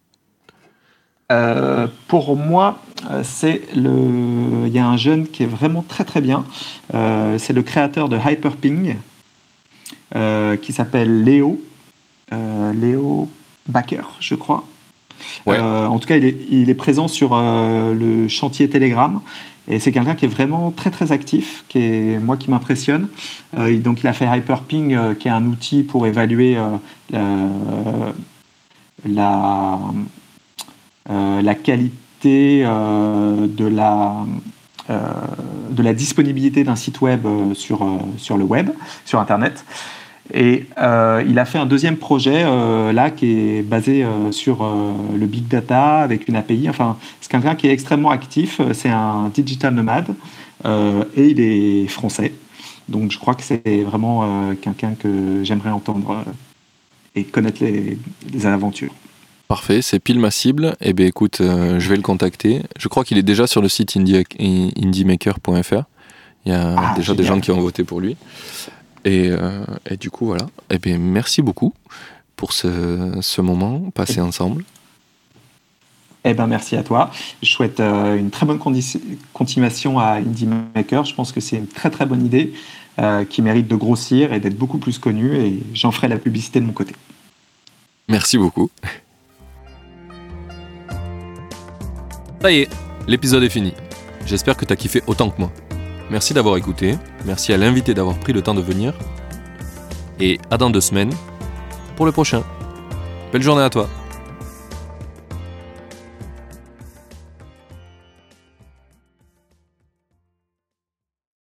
Speaker 2: Pour moi, il y a un jeune qui est vraiment très très bien. C'est le créateur de Hyperping, qui s'appelle Léo Baker, je crois.
Speaker 1: Ouais.
Speaker 2: En tout cas, il est présent sur le chantier Telegram. Et c'est quelqu'un qui est vraiment très très actif, qui m'impressionne. Donc il a fait Hyperping, qui est un outil pour évaluer la qualité de la disponibilité d'un site web sur le web, sur Internet. Et il a fait un deuxième projet là qui est basé sur le big data avec une API. Enfin, c'est quelqu'un qui est extrêmement actif. C'est un digital nomade et il est français. Donc je crois que c'est vraiment quelqu'un que j'aimerais entendre et connaître les aventures.
Speaker 1: Parfait, c'est pile ma cible. Eh bien écoute, je vais le contacter. Je crois qu'il est déjà sur le site indiemaker.fr. Il y a déjà des gens qui ont voté pour lui. Et du coup, voilà. Eh bien, merci beaucoup pour ce moment passé ensemble.
Speaker 2: Eh ben, merci à toi. Je souhaite une très bonne continuation à Indie Maker. Je pense que c'est une très très bonne idée qui mérite de grossir et d'être beaucoup plus connue. Et j'en ferai la publicité de mon côté.
Speaker 1: Merci beaucoup. Ça y est, l'épisode est fini. J'espère que tu as kiffé autant que moi. Merci d'avoir écouté, merci à l'invité d'avoir pris le temps de venir, et à dans 2 semaines pour le prochain. Belle journée à toi.